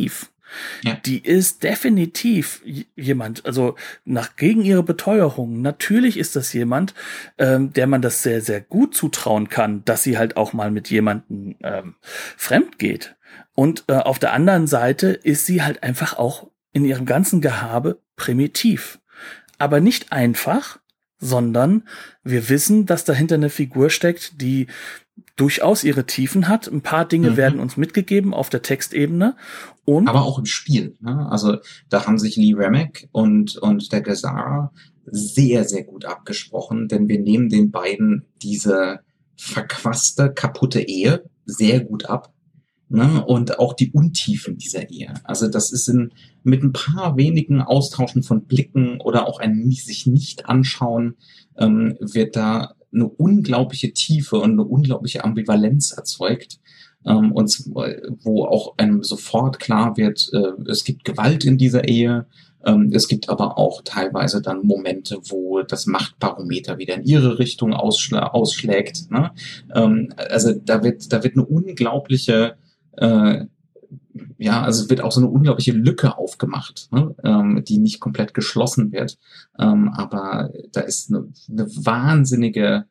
Ja. Die ist definitiv jemand, also gegen ihre Beteuerung, natürlich ist das jemand, der man das sehr, sehr gut zutrauen kann, dass sie halt auch mal mit jemandem fremd geht. Und auf der anderen Seite ist sie halt einfach auch in ihrem ganzen Gehabe primitiv. Aber nicht einfach, sondern wir wissen, dass dahinter eine Figur steckt, die durchaus ihre Tiefen hat. Ein paar Dinge werden uns mitgegeben auf der Textebene. Aber auch im Spiel. Ne? Also da haben sich Lee Remick und der Gazzara sehr, sehr gut abgesprochen, denn wir nehmen den beiden diese verquaste, kaputte Ehe sehr gut ab. Ne? Und auch die Untiefen dieser Ehe. Also das ist mit ein paar wenigen Austauschen von Blicken oder auch ein sich nicht anschauen, wird da eine unglaubliche Tiefe und eine unglaubliche Ambivalenz erzeugt. Und wo auch einem sofort klar wird, es gibt Gewalt in dieser Ehe. Es gibt aber auch teilweise dann Momente, wo das Machtbarometer wieder in ihre Richtung ausschlägt. Ne? Also da wird eine unglaubliche also es wird auch so eine unglaubliche Lücke aufgemacht, ne? Die nicht komplett geschlossen wird. Aber da ist eine wahnsinnige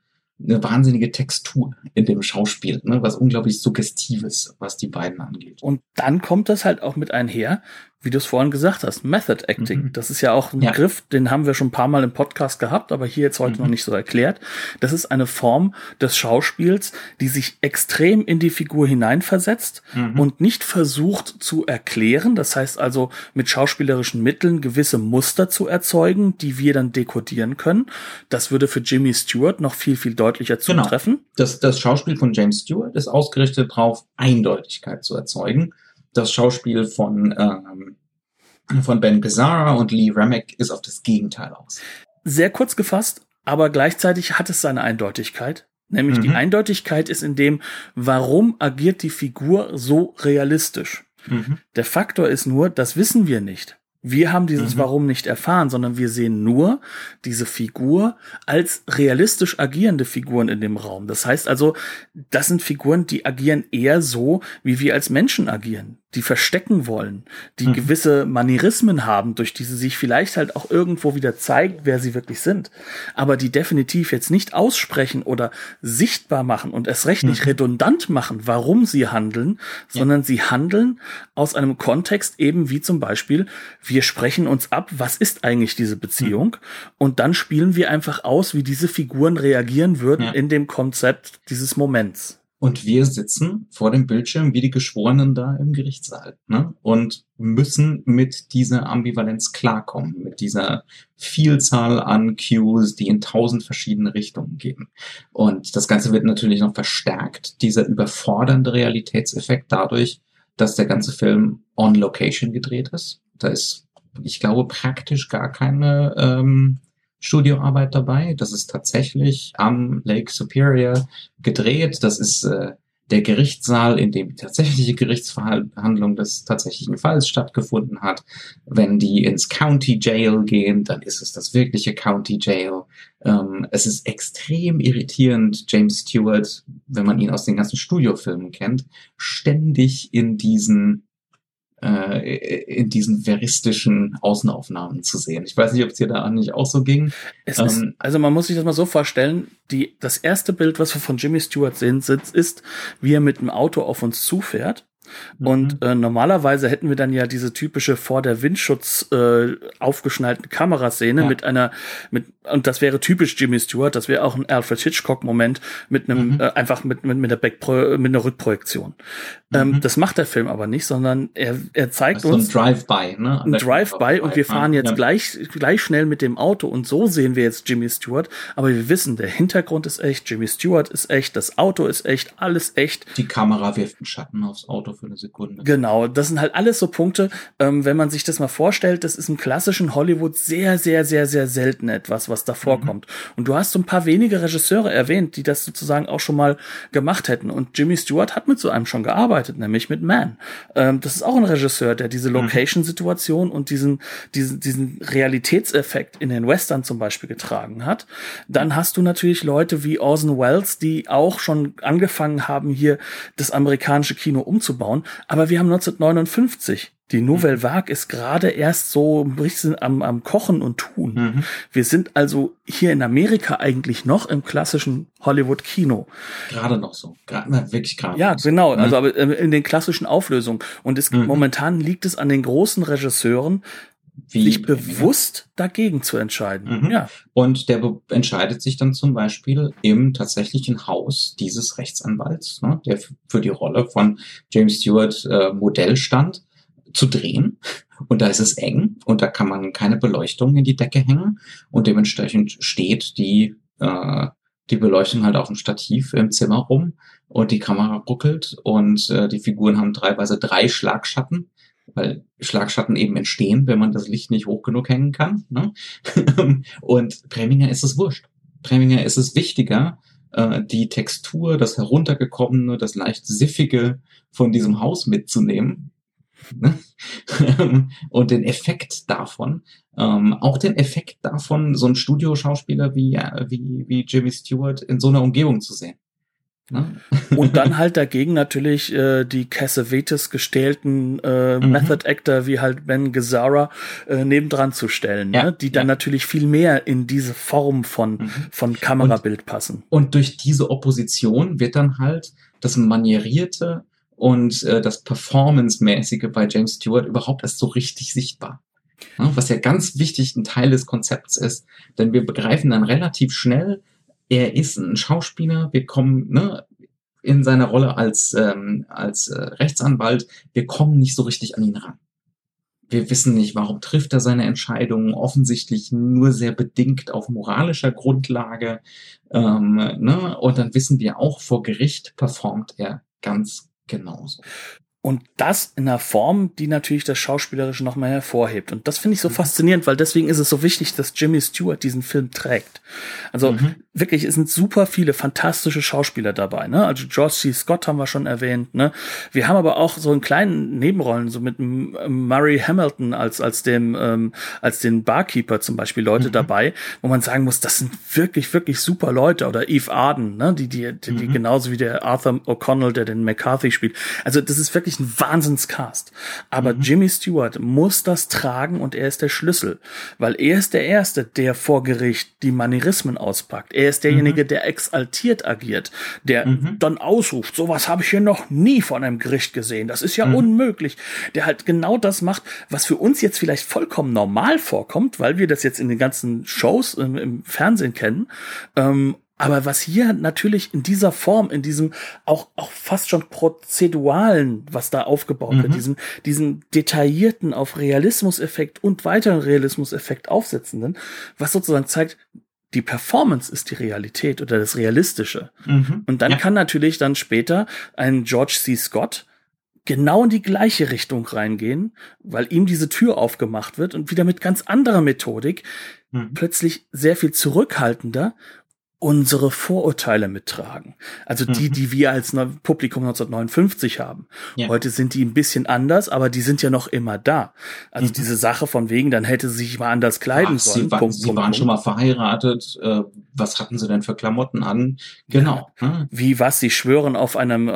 Textur in dem Schauspiel, ne? Was unglaublich Suggestives, was die beiden angeht. Und dann kommt das halt auch mit einher, wie du es vorhin gesagt hast, Method Acting. Das ist ja auch ein Begriff, den haben wir schon ein paar Mal im Podcast gehabt, aber hier jetzt heute noch nicht so erklärt. Das ist eine Form des Schauspiels, die sich extrem in die Figur hineinversetzt und nicht versucht zu erklären. Das heißt also, mit schauspielerischen Mitteln gewisse Muster zu erzeugen, die wir dann dekodieren können. Das würde für Jimmy Stewart noch viel, viel deutlicher zutreffen. Das Schauspiel von James Stewart ist ausgerichtet darauf, Eindeutigkeit zu erzeugen. Das Schauspiel von Ben Gazzara und Lee Remick ist auf das Gegenteil aus. Sehr kurz gefasst, aber gleichzeitig hat es seine Eindeutigkeit. Nämlich die Eindeutigkeit ist in dem, warum agiert die Figur so realistisch. Der Faktor ist nur, das wissen wir nicht. Wir haben dieses Warum nicht erfahren, sondern wir sehen nur diese Figur als realistisch agierende Figuren in dem Raum. Das heißt also, das sind Figuren, die agieren eher so, wie wir als Menschen agieren. Die verstecken wollen, die gewisse Manierismen haben, durch die sie sich vielleicht halt auch irgendwo wieder zeigen, wer sie wirklich sind. Aber die definitiv jetzt nicht aussprechen oder sichtbar machen und erst recht nicht redundant machen, warum sie handeln, sondern sie handeln aus einem Kontext eben wie zum Beispiel, wir sprechen uns ab, was ist eigentlich diese Beziehung? Und dann spielen wir einfach aus, wie diese Figuren reagieren würden in dem Konzept dieses Moments. Und wir sitzen vor dem Bildschirm wie die Geschworenen da im Gerichtssaal, ne? Und müssen mit dieser Ambivalenz klarkommen, mit dieser Vielzahl an Cues, die in 1000 verschiedene Richtungen gehen. Und das Ganze wird natürlich noch verstärkt, dieser überfordernde Realitätseffekt dadurch, dass der ganze Film on Location gedreht ist. Da ist, ich glaube, praktisch gar keine Studioarbeit dabei. Das ist tatsächlich am Lake Superior gedreht. Das ist der Gerichtssaal, in dem die tatsächliche Gerichtsverhandlung des tatsächlichen Falls stattgefunden hat. Wenn die ins County Jail gehen, dann ist es das wirkliche County Jail. Es ist extrem irritierend, James Stewart, wenn man ihn aus den ganzen Studiofilmen kennt, ständig in diesen veristischen Außenaufnahmen zu sehen. Ich weiß nicht, ob es dir da nicht auch so ging. Also man muss sich das mal so vorstellen, das erste Bild, was wir von Jimmy Stewart sehen, ist, wie er mit dem Auto auf uns zufährt. Und normalerweise hätten wir dann ja diese typische vor der Windschutz aufgeschnallten Kameraszene und das wäre typisch Jimmy Stewart, das wäre auch ein Alfred Hitchcock-Moment mit einem einfach mit einer Rückprojektion. Das macht der Film aber nicht, sondern er zeigt uns so ein Drive-by, ne? Ein Drive-by und wir fahren jetzt gleich schnell mit dem Auto und so sehen wir jetzt Jimmy Stewart, aber wir wissen, der Hintergrund ist echt, Jimmy Stewart ist echt, das Auto ist echt, alles echt. Die Kamera wirft einen Schatten aufs Auto für eine Sekunde. Genau, das sind halt alles so Punkte, wenn man sich das mal vorstellt, das ist im klassischen Hollywood sehr, sehr, sehr, sehr selten etwas, was da vorkommt. Und du hast so ein paar wenige Regisseure erwähnt, die das sozusagen auch schon mal gemacht hätten. Und Jimmy Stewart hat mit so einem schon gearbeitet, nämlich mit Man. Das ist auch ein Regisseur, der diese Location-Situation und diesen Realitätseffekt in den Western zum Beispiel getragen hat. Dann hast du natürlich Leute wie Orson Welles, die auch schon angefangen haben, hier das amerikanische Kino umzubauen. aufbauen. Aber wir haben 1959. Die Nouvelle Vague ist gerade erst so ein bisschen am Kochen und Tun. Mhm. Wir sind also hier in Amerika eigentlich noch im klassischen Hollywood-Kino. Gerade noch so. Wirklich gerade. Ja, genau. So. Also aber in den klassischen Auflösungen. Und momentan liegt es an den großen Regisseuren, sich bewusst dagegen zu entscheiden. Mhm. Ja. Und der entscheidet sich dann zum Beispiel im tatsächlichen Haus dieses Rechtsanwalts, ne, der für die Rolle von James Stewart Modell stand, zu drehen. Und da ist es eng und da kann man keine Beleuchtung in die Decke hängen und dementsprechend steht die Beleuchtung halt auf dem Stativ im Zimmer rum und die Kamera ruckelt und die Figuren haben teilweise 3 Schlagschatten, weil Schlagschatten eben entstehen, wenn man das Licht nicht hoch genug hängen kann. Ne? Und Preminger ist es wurscht. Preminger ist es wichtiger, die Textur, das Heruntergekommene, das leicht Siffige von diesem Haus mitzunehmen. Ne? Und den Effekt davon, auch den Effekt davon, so einen Studioschauspieler wie Jimmy Stewart in so einer Umgebung zu sehen. Ne? Und dann halt dagegen natürlich die Cassavetes gestählten Method Actor wie halt Ben Gazzara nebendran zu stellen, ja, ne? Die dann natürlich viel mehr in diese Form von Kamerabild passen. Und durch diese Opposition wird dann halt das Manierierte und das Performance-mäßige bei James Stewart überhaupt erst so richtig sichtbar. Ja, was ja ganz wichtig ein Teil des Konzepts ist, denn wir begreifen dann relativ schnell, er ist ein Schauspieler, wir kommen in seiner Rolle als Rechtsanwalt, wir kommen nicht so richtig an ihn ran. Wir wissen nicht, warum trifft er seine Entscheidungen, offensichtlich nur sehr bedingt auf moralischer Grundlage. Und dann wissen wir auch, vor Gericht performt er ganz genauso. Und das in einer Form, die natürlich das Schauspielerische noch mal hervorhebt. Und das finde ich so faszinierend, weil deswegen ist es so wichtig, dass Jimmy Stewart diesen Film trägt. Also wirklich, es sind super viele fantastische Schauspieler dabei. Ne? Also George C. Scott haben wir schon erwähnt. Ne? Wir haben aber auch so in kleinen Nebenrollen, so mit Murray Hamilton als den Barkeeper zum Beispiel Leute dabei, wo man sagen muss, das sind wirklich, wirklich super Leute. Oder Eve Arden, ne? die genauso wie der Arthur O'Connell, der den McCarthy spielt. Also das ist wirklich ein Wahnsinnscast. Aber Jimmy Stewart muss das tragen und er ist der Schlüssel. Weil er ist der Erste, der vor Gericht die Manierismen auspackt. Er ist derjenige, der exaltiert agiert, der dann ausruft, sowas habe ich hier noch nie von einem Gericht gesehen. Das ist ja unmöglich. Der halt genau das macht, was für uns jetzt vielleicht vollkommen normal vorkommt, weil wir das jetzt in den ganzen Shows im Fernsehen kennen. Aber was hier natürlich in dieser Form, in diesem auch fast schon prozeduralen, was da aufgebaut wird, diesen detaillierten auf Realismuseffekt und weiteren Realismuseffekt aufsetzenden, was sozusagen zeigt, die Performance ist die Realität oder das Realistische. Und dann kann natürlich dann später ein George C. Scott genau in die gleiche Richtung reingehen, weil ihm diese Tür aufgemacht wird und wieder mit ganz anderer Methodik plötzlich sehr viel zurückhaltender unsere Vorurteile mittragen. Also die wir als Publikum 1959 haben. Ja. Heute sind die ein bisschen anders, aber die sind ja noch immer da. Also diese Sache von wegen, dann hätte sie sich mal anders kleiden sollen. Sie waren schon mal verheiratet. Was hatten sie denn für Klamotten an? Genau. Ja. Wie was? Sie schwören auf einem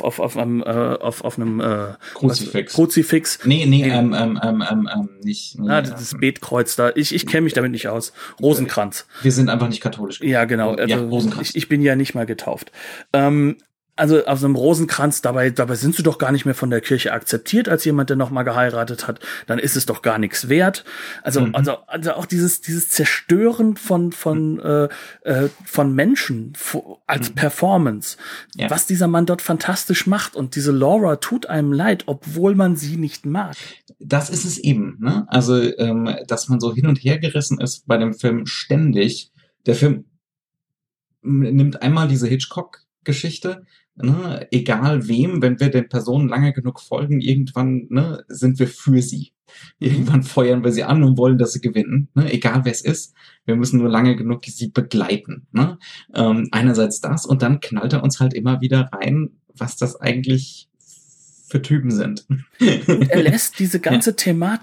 Kruzifix. Nee, nicht. Das Betkreuz da. Ich kenne mich damit nicht aus. Rosenkranz. Wir sind einfach nicht katholisch. Ja, genau. Also, ich bin ja nicht mal getauft. Also auf so einem Rosenkranz, dabei sind sie doch gar nicht mehr von der Kirche akzeptiert als jemand, der noch mal geheiratet hat. Dann ist es doch gar nichts wert. Also auch dieses Zerstören von Menschen als Performance, was dieser Mann dort fantastisch macht. Und diese Laura tut einem leid, obwohl man sie nicht mag. Das ist es eben, ne? Also dass man so hin und her gerissen ist bei dem Film ständig. Der Film nimmt einmal diese Hitchcock-Geschichte, ne, egal wem, wenn wir den Personen lange genug folgen, irgendwann sind wir für sie. Irgendwann feuern wir sie an und wollen, dass sie gewinnen, ne, egal wer es ist. Wir müssen nur lange genug sie begleiten. Ne? Einerseits das und dann knallt er uns halt immer wieder rein, was das eigentlich für Typen sind. Und er lässt diese ganze Thematik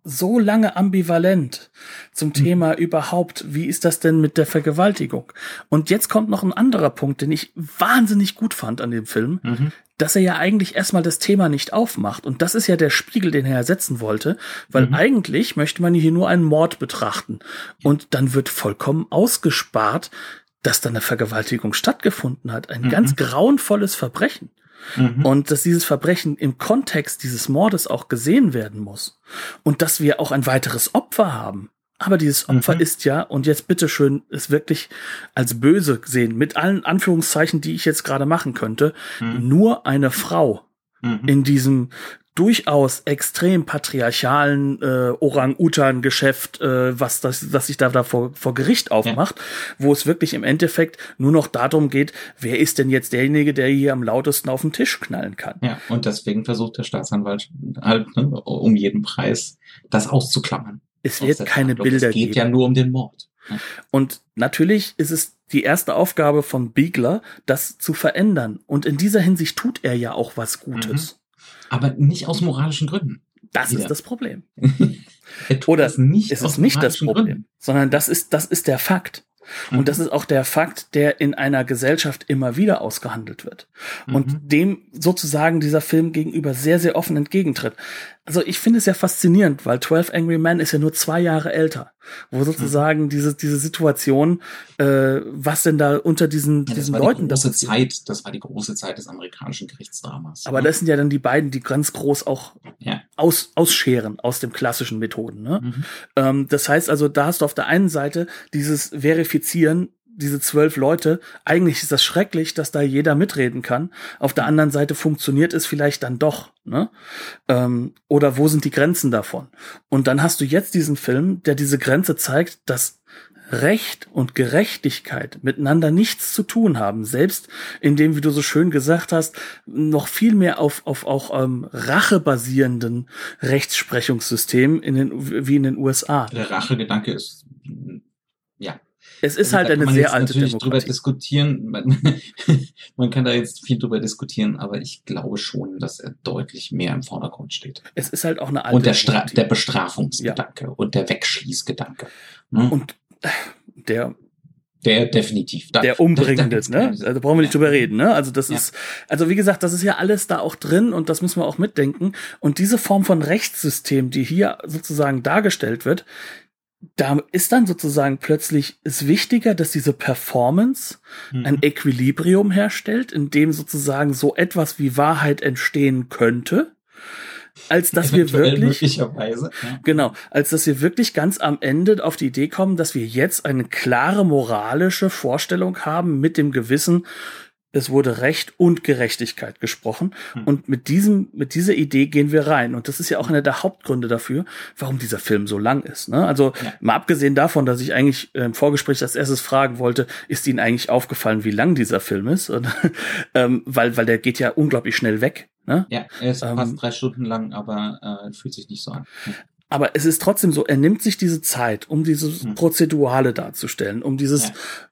so lange ambivalent zum Thema überhaupt, wie ist das denn mit der Vergewaltigung? Und jetzt kommt noch ein anderer Punkt, den ich wahnsinnig gut fand an dem Film, dass er ja eigentlich erstmal das Thema nicht aufmacht. Und das ist ja der Spiegel, den er ersetzen wollte, weil eigentlich möchte man hier nur einen Mord betrachten. Und dann wird vollkommen ausgespart, dass da eine Vergewaltigung stattgefunden hat. Ein ganz grauenvolles Verbrechen. Und dass dieses Verbrechen im Kontext dieses Mordes auch gesehen werden muss. Und dass wir auch ein weiteres Opfer haben. Aber dieses Opfer ist ja, und jetzt bitteschön, ist wirklich als böse gesehen, mit allen Anführungszeichen, die ich jetzt gerade machen könnte, nur eine Frau in diesem durchaus extrem patriarchalen Orang-Utan-Geschäft, was sich da vor Gericht aufmacht, wo es wirklich im Endeffekt nur noch darum geht, wer ist denn jetzt derjenige, der hier am lautesten auf den Tisch knallen kann. Ja, und deswegen versucht der Staatsanwalt halt um jeden Preis das auszuklammern. Es wird keine Bilder geben. Es geht ja nur um den Mord. Und natürlich ist es die erste Aufgabe von Biegler, das zu verändern. Und in dieser Hinsicht tut er ja auch was Gutes. Aber nicht aus moralischen Gründen. Das ist das Problem. Oder es ist nicht das Problem, sondern das ist der Fakt. Und das ist auch der Fakt, der in einer Gesellschaft immer wieder ausgehandelt wird. Und dem sozusagen dieser Film gegenüber sehr, sehr offen entgegentritt. Also ich finde es ja faszinierend, weil 12 Angry Men ist ja nur 2 Jahre älter, wo sozusagen diese Situation, was denn da unter diesen Leuten das war die große Zeit des amerikanischen Gerichtsdramas. Aber das sind ja dann die beiden, die ganz groß auch ausscheren aus den klassischen Methoden. Ne? Das heißt also, da hast du auf der einen Seite dieses Verifizieren, diese 12 Leute, eigentlich ist das schrecklich, dass da jeder mitreden kann. Auf der anderen Seite funktioniert es vielleicht dann doch, ne? Oder wo sind die Grenzen davon? Und dann hast du jetzt diesen Film, der diese Grenze zeigt, dass Recht und Gerechtigkeit miteinander nichts zu tun haben, selbst indem, wie du so schön gesagt hast, noch viel mehr auf Rache basierenden Rechtsprechungssystemen wie in den USA. Der Rachegedanke ist, es ist halt eine sehr alte Demokratie. Drüber diskutieren. Man kann da jetzt viel drüber diskutieren, aber ich glaube schon, dass er deutlich mehr im Vordergrund steht. Es ist halt auch eine alte Demokratie. Und der Bestrafungsgedanke und der Wegschließgedanke. Ne? Und der definitiv. Der Umbringende, ne? Also brauchen wir nicht drüber reden, ne? Also das ist, also wie gesagt, das ist ja alles da auch drin und das müssen wir auch mitdenken. Und diese Form von Rechtssystem, die hier sozusagen dargestellt wird, da ist dann sozusagen plötzlich es wichtiger, dass diese Performance ein Equilibrium herstellt, in dem sozusagen so etwas wie Wahrheit entstehen könnte, als dass wir wirklich, als dass wir wirklich ganz am Ende auf die Idee kommen, dass wir jetzt eine klare moralische Vorstellung haben mit dem Gewissen, es wurde Recht und Gerechtigkeit gesprochen. Und mit dieser Idee gehen wir rein. Und das ist ja auch einer der Hauptgründe dafür, warum dieser Film so lang ist. Ne? Also mal abgesehen davon, dass ich eigentlich im Vorgespräch als erstes fragen wollte, ist Ihnen eigentlich aufgefallen, wie lang dieser Film ist? Und, weil der geht ja unglaublich schnell weg. Ne? Ja, er ist fast 3 Stunden lang, aber fühlt sich nicht so an. Aber es ist trotzdem so, er nimmt sich diese Zeit, um dieses Prozedurale darzustellen, um dieses,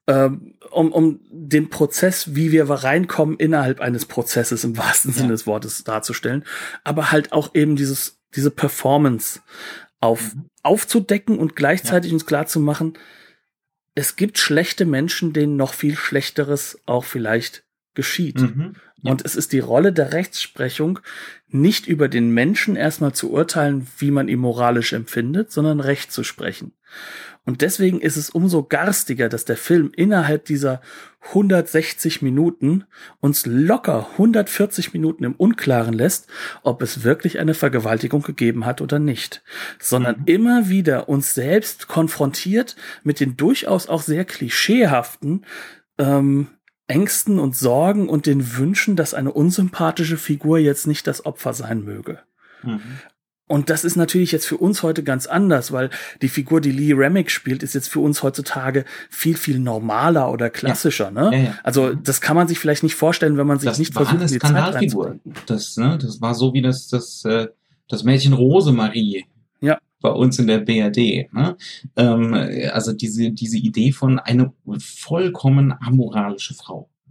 um den Prozess, wie wir reinkommen innerhalb eines Prozesses im wahrsten Sinne des Wortes darzustellen, aber halt auch eben diese Performance aufzudecken und gleichzeitig uns klar zu machen, es gibt schlechte Menschen, denen noch viel Schlechteres auch vielleicht geschieht. Und es ist die Rolle der Rechtsprechung, nicht über den Menschen erstmal zu urteilen, wie man ihn moralisch empfindet, sondern Recht zu sprechen. Und deswegen ist es umso garstiger, dass der Film innerhalb dieser 160 Minuten uns locker 140 Minuten im Unklaren lässt, ob es wirklich eine Vergewaltigung gegeben hat oder nicht, sondern immer wieder uns selbst konfrontiert mit den durchaus auch sehr klischeehaften Ängsten und Sorgen und den Wünschen, dass eine unsympathische Figur jetzt nicht das Opfer sein möge. Und das ist natürlich jetzt für uns heute ganz anders, weil die Figur, die Lee Remick spielt, ist jetzt für uns heutzutage viel, viel normaler oder klassischer. Ne? Ja. Also das kann man sich vielleicht nicht vorstellen, wenn man sich nicht versucht, in die Zeit reinzudenken. Das war so wie das Mädchen Rosemarie. Bei uns in der BRD. Ne? Also diese Idee von eine vollkommen amoralische Frau.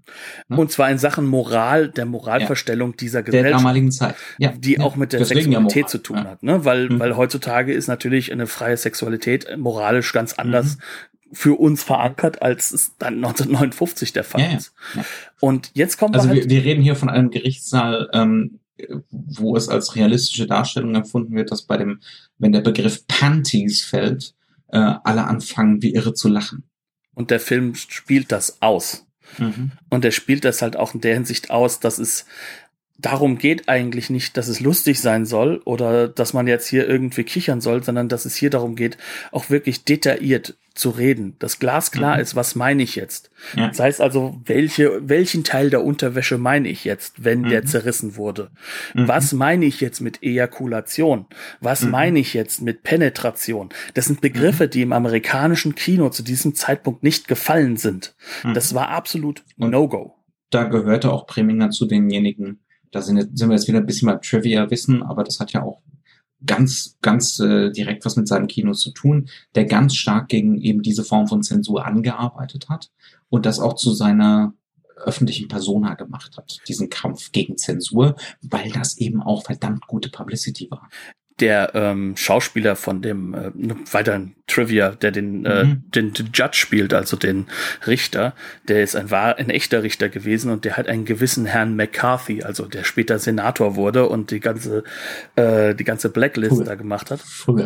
Ne? Und zwar in Sachen Moral, der Moralverstellung dieser Gesellschaft. Der damaligen Zeit. Ja. Die auch mit der Deswegen Sexualität Moral. zu tun hat, ne? Weil heutzutage ist natürlich eine freie Sexualität moralisch ganz anders für uns verankert, als es dann 1959 der Fall ist. Ja. Und jetzt kommt also wir reden hier von einem Gerichtssaal, wo es als realistische Darstellung empfunden wird, dass wenn der Begriff Panties fällt, alle anfangen wie irre zu lachen. Und der Film spielt das aus. Und er spielt das halt auch in der Hinsicht aus, dass es darum geht eigentlich nicht, dass es lustig sein soll oder dass man jetzt hier irgendwie kichern soll, sondern dass es hier darum geht, auch wirklich detailliert zu reden, dass glasklar ist, was meine ich jetzt. Ja. Das heißt also, welchen Teil der Unterwäsche meine ich jetzt, wenn der zerrissen wurde? Was meine ich jetzt mit Ejakulation? Was meine ich jetzt mit Penetration? Das sind Begriffe, die im amerikanischen Kino zu diesem Zeitpunkt nicht gefallen sind. Das war absolut No-Go. Da gehörte auch Preminger zu denjenigen, da sind wir jetzt wieder ein bisschen mal Trivia-Wissen, aber das hat ja auch ganz direkt was mit seinem Kino zu tun, der ganz stark gegen eben diese Form von Zensur angearbeitet hat und das auch zu seiner öffentlichen Persona gemacht hat, diesen Kampf gegen Zensur, weil das eben auch verdammt gute Publicity war. Der Schauspieler von dem weiteren Trivia, der den Judge spielt, also den Richter, der ist ein echter Richter gewesen und der hat einen gewissen Herrn McCarthy, also der später Senator wurde und die ganze Blacklist da gemacht hat. Früher.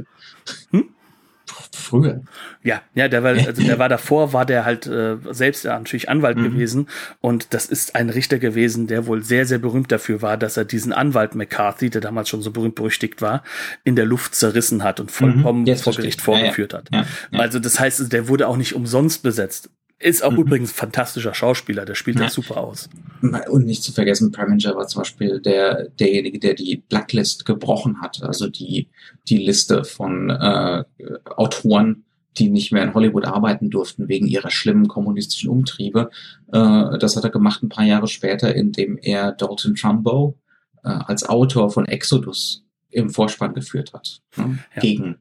Ja, der war davor, war der halt selbst natürlich Anwalt gewesen und das ist ein Richter gewesen, der wohl sehr, sehr berühmt dafür war, dass er diesen Anwalt McCarthy, der damals schon so berühmt-berüchtigt war, in der Luft zerrissen hat und vollkommen vor Gericht vorgeführt hat. Ja. Also das heißt, der wurde auch nicht umsonst besetzt. Ist auch übrigens ein fantastischer Schauspieler, der spielt das super aus. Und nicht zu vergessen, Preminger war zum Beispiel derjenige, der die Blacklist gebrochen hat, also die Liste von Autoren, die nicht mehr in Hollywood arbeiten durften wegen ihrer schlimmen kommunistischen Umtriebe. Das hat er gemacht ein paar Jahre später, indem er Dalton Trumbo als Autor von Exodus im Vorspann geführt hat, gegen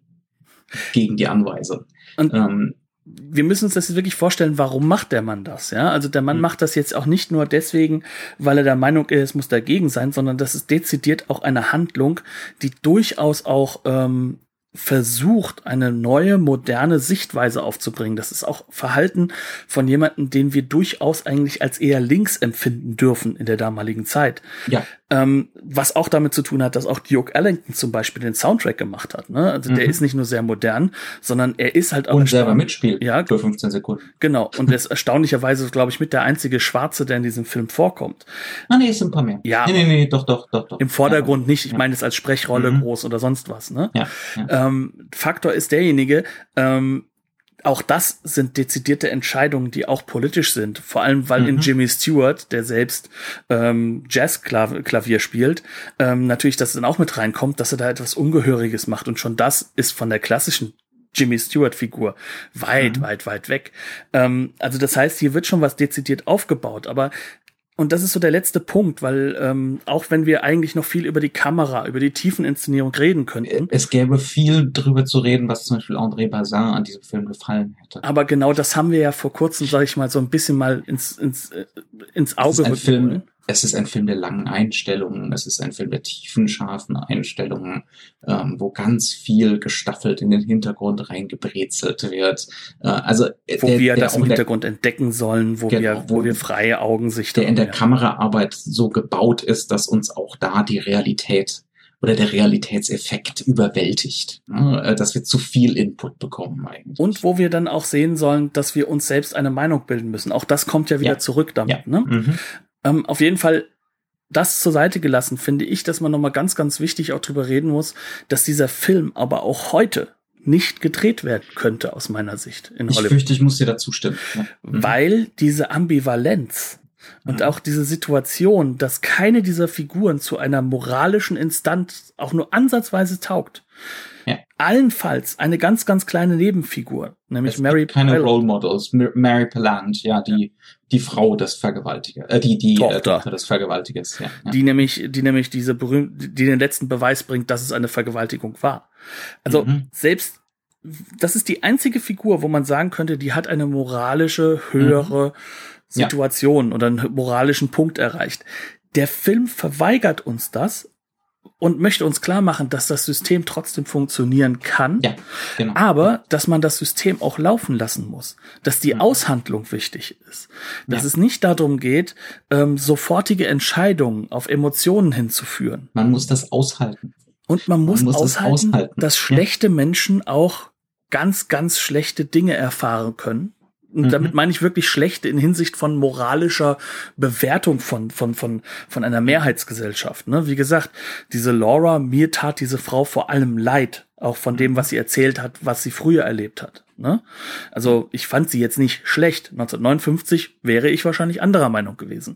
die Anweisung. Und wir müssen uns das jetzt wirklich vorstellen, warum macht der Mann das? Ja, also der Mann macht das jetzt auch nicht nur deswegen, weil er der Meinung ist, es muss dagegen sein, sondern das ist dezidiert auch eine Handlung, die durchaus auch versucht, eine neue, moderne Sichtweise aufzubringen. Das ist auch Verhalten von jemandem, den wir durchaus eigentlich als eher links empfinden dürfen in der damaligen Zeit. Ja. Was auch damit zu tun hat, dass auch Duke Ellington zum Beispiel den Soundtrack gemacht hat. Ne? Also der ist nicht nur sehr modern, sondern er ist halt auch und selber mitspielt für 15 Sekunden. Genau. Und er ist erstaunlicherweise, glaube ich, mit der einzige Schwarze, der in diesem Film vorkommt. Nee, es sind ein paar mehr. Ja. Nee, doch. Im Vordergrund nicht. Ich meine es als Sprechrolle groß oder sonst was. Ne? Ja. Faktor ist derjenige, auch das sind dezidierte Entscheidungen, die auch politisch sind. Vor allem, weil in Jimmy Stewart, der selbst Jazzklavier spielt, natürlich, dass es dann auch mit reinkommt, dass er da etwas Ungehöriges macht. Und schon das ist von der klassischen Jimmy Stewart-Figur weit weg. Also das heißt, hier wird schon was dezidiert aufgebaut. Und das ist so der letzte Punkt, weil auch wenn wir eigentlich noch viel über die Kamera, über die Tiefeninszenierung reden könnten. Es gäbe viel drüber zu reden, was zum Beispiel André Bazin an diesem Film gefallen hätte. Aber genau das haben wir ja vor kurzem, sage ich mal, so ein bisschen mal ins Auge rücken. Es ist ein Film der langen Einstellungen, es ist ein Film der tiefen, scharfen Einstellungen, wo ganz viel gestaffelt in den Hintergrund reingebrezelt wird. Wo wir das im Hintergrund entdecken sollen, wo wir freie Augensicht haben. Der in der Kameraarbeit so gebaut ist, dass uns auch da die Realität oder der Realitätseffekt überwältigt, dass wir zu viel Input bekommen eigentlich. Und wo wir dann auch sehen sollen, dass wir uns selbst eine Meinung bilden müssen. Auch das kommt ja wieder zurück damit. Ja. Ne? Auf jeden Fall das zur Seite gelassen, finde ich, dass man nochmal ganz, ganz wichtig auch drüber reden muss, dass dieser Film aber auch heute nicht gedreht werden könnte, aus meiner Sicht in Hollywood. Ich fürchte, ich muss dir dazu stimmen. Ja. Weil diese Ambivalenz und auch diese Situation, dass keine dieser Figuren zu einer moralischen Instanz auch nur ansatzweise taugt. Ja. Allenfalls eine ganz, ganz kleine Nebenfigur, nämlich Mary keine Role Models. Mary Pallant, ja, die Frau des Vergewaltigers, die Tochter des Vergewaltigers, ja. Die nämlich die den letzten Beweis bringt, dass es eine Vergewaltigung war. Also selbst das ist die einzige Figur, wo man sagen könnte, die hat eine moralische, höhere Situation oder einen moralischen Punkt erreicht. Der Film verweigert uns das und möchte uns klar machen, dass das System trotzdem funktionieren kann, Ja, genau. aber dass man das System auch laufen lassen muss, dass die Aushandlung wichtig ist, dass es nicht darum geht, sofortige Entscheidungen auf Emotionen hinzuführen. Man muss das aushalten. Und man muss es aushalten, dass schlechte Menschen auch ganz, ganz schlechte Dinge erfahren können. Und damit meine ich wirklich schlechte in Hinsicht von moralischer Bewertung von einer Mehrheitsgesellschaft. Ne? Wie gesagt, diese Laura, mir tat diese Frau vor allem leid, auch von dem, was sie erzählt hat, was sie früher erlebt hat. Ne? Also ich fand sie jetzt nicht schlecht. 1959 wäre ich wahrscheinlich anderer Meinung gewesen.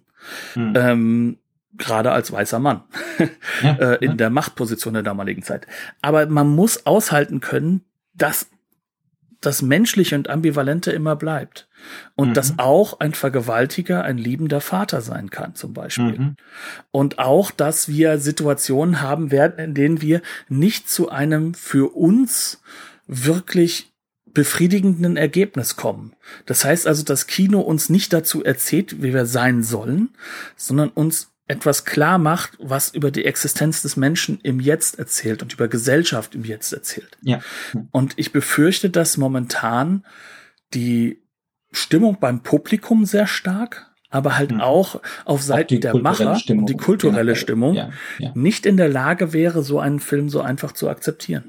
Gerade als weißer Mann in der Machtposition der damaligen Zeit. Aber man muss aushalten können, dass das Menschliche und Ambivalente immer bleibt. Und dass auch ein Vergewaltiger ein liebender Vater sein kann, zum Beispiel. Und auch, dass wir Situationen haben werden, in denen wir nicht zu einem für uns wirklich befriedigenden Ergebnis kommen. Das heißt also, das Kino uns nicht dazu erzählt, wie wir sein sollen, sondern uns etwas klar macht, was über die Existenz des Menschen im Jetzt erzählt und über Gesellschaft im Jetzt erzählt. Ja. Und ich befürchte, dass momentan die Stimmung beim Publikum sehr stark, aber halt auch auf Seiten der Macher und die kulturelle Stimmung nicht in der Lage wäre, so einen Film so einfach zu akzeptieren.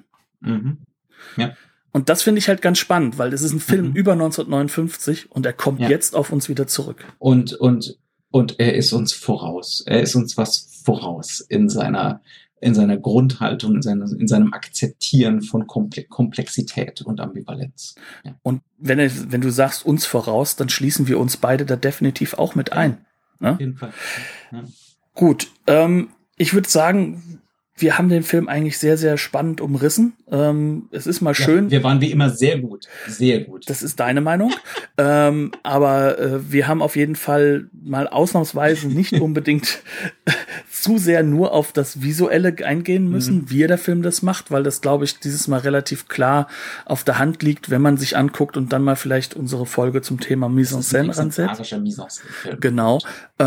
Ja. Und das finde ich halt ganz spannend, weil es ist ein Film über 1959 und er kommt jetzt auf uns wieder zurück. Und er ist uns voraus. Er ist uns was voraus in seiner Grundhaltung, in seinem Akzeptieren von Komplexität und Ambivalenz. Ja. Und wenn du sagst uns voraus, dann schließen wir uns beide da definitiv auch mit ein. Ne? Auf jeden Fall. Ja. Gut, ich würde sagen, wir haben den Film eigentlich sehr, sehr spannend umrissen. Es ist mal schön. Wir waren wie immer sehr gut. Sehr gut. Das ist deine Meinung. Aber wir haben auf jeden Fall mal ausnahmsweise nicht unbedingt zu sehr nur auf das Visuelle eingehen müssen, wie der Film das macht, weil das, glaube ich, dieses Mal relativ klar auf der Hand liegt, wenn man sich anguckt und dann mal vielleicht unsere Folge zum Thema Mise en Scène ransetzt. Genau.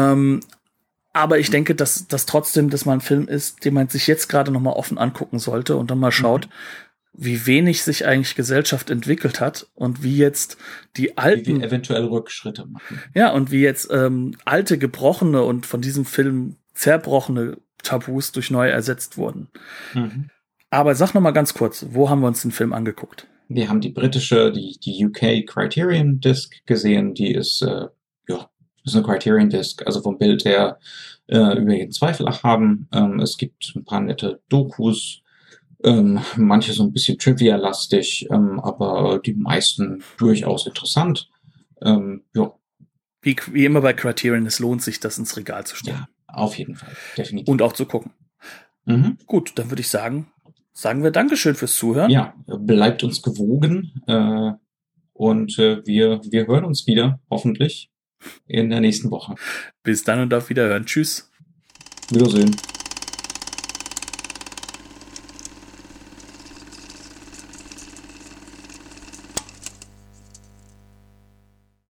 Aber ich denke, dass trotzdem das mal ein Film ist, den man sich jetzt gerade noch mal offen angucken sollte und dann mal schaut, wie wenig sich eigentlich Gesellschaft entwickelt hat und wie jetzt die alten... Wie wir eventuell Rückschritte machen. Ja, und wie jetzt alte, gebrochene und von diesem Film zerbrochene Tabus durch neue ersetzt wurden. Aber sag noch mal ganz kurz, wo haben wir uns den Film angeguckt? Wir haben die britische, die UK Criterion Disc gesehen, die ist... ist eine Criterion Disc, also vom Bild her über jeden Zweifel haben. Es gibt ein paar nette Dokus, manche so ein bisschen trivia-lastig, aber die meisten durchaus interessant. Wie immer bei Criterion, es lohnt sich, das ins Regal zu stellen. Ja, auf jeden Fall, definitiv. Und auch zu gucken. Gut, dann würde ich sagen wir Dankeschön fürs Zuhören. Ja, bleibt uns gewogen und wir hören uns wieder, hoffentlich. In der nächsten Woche. Bis dann und auf Wiederhören. Tschüss. Wiedersehen.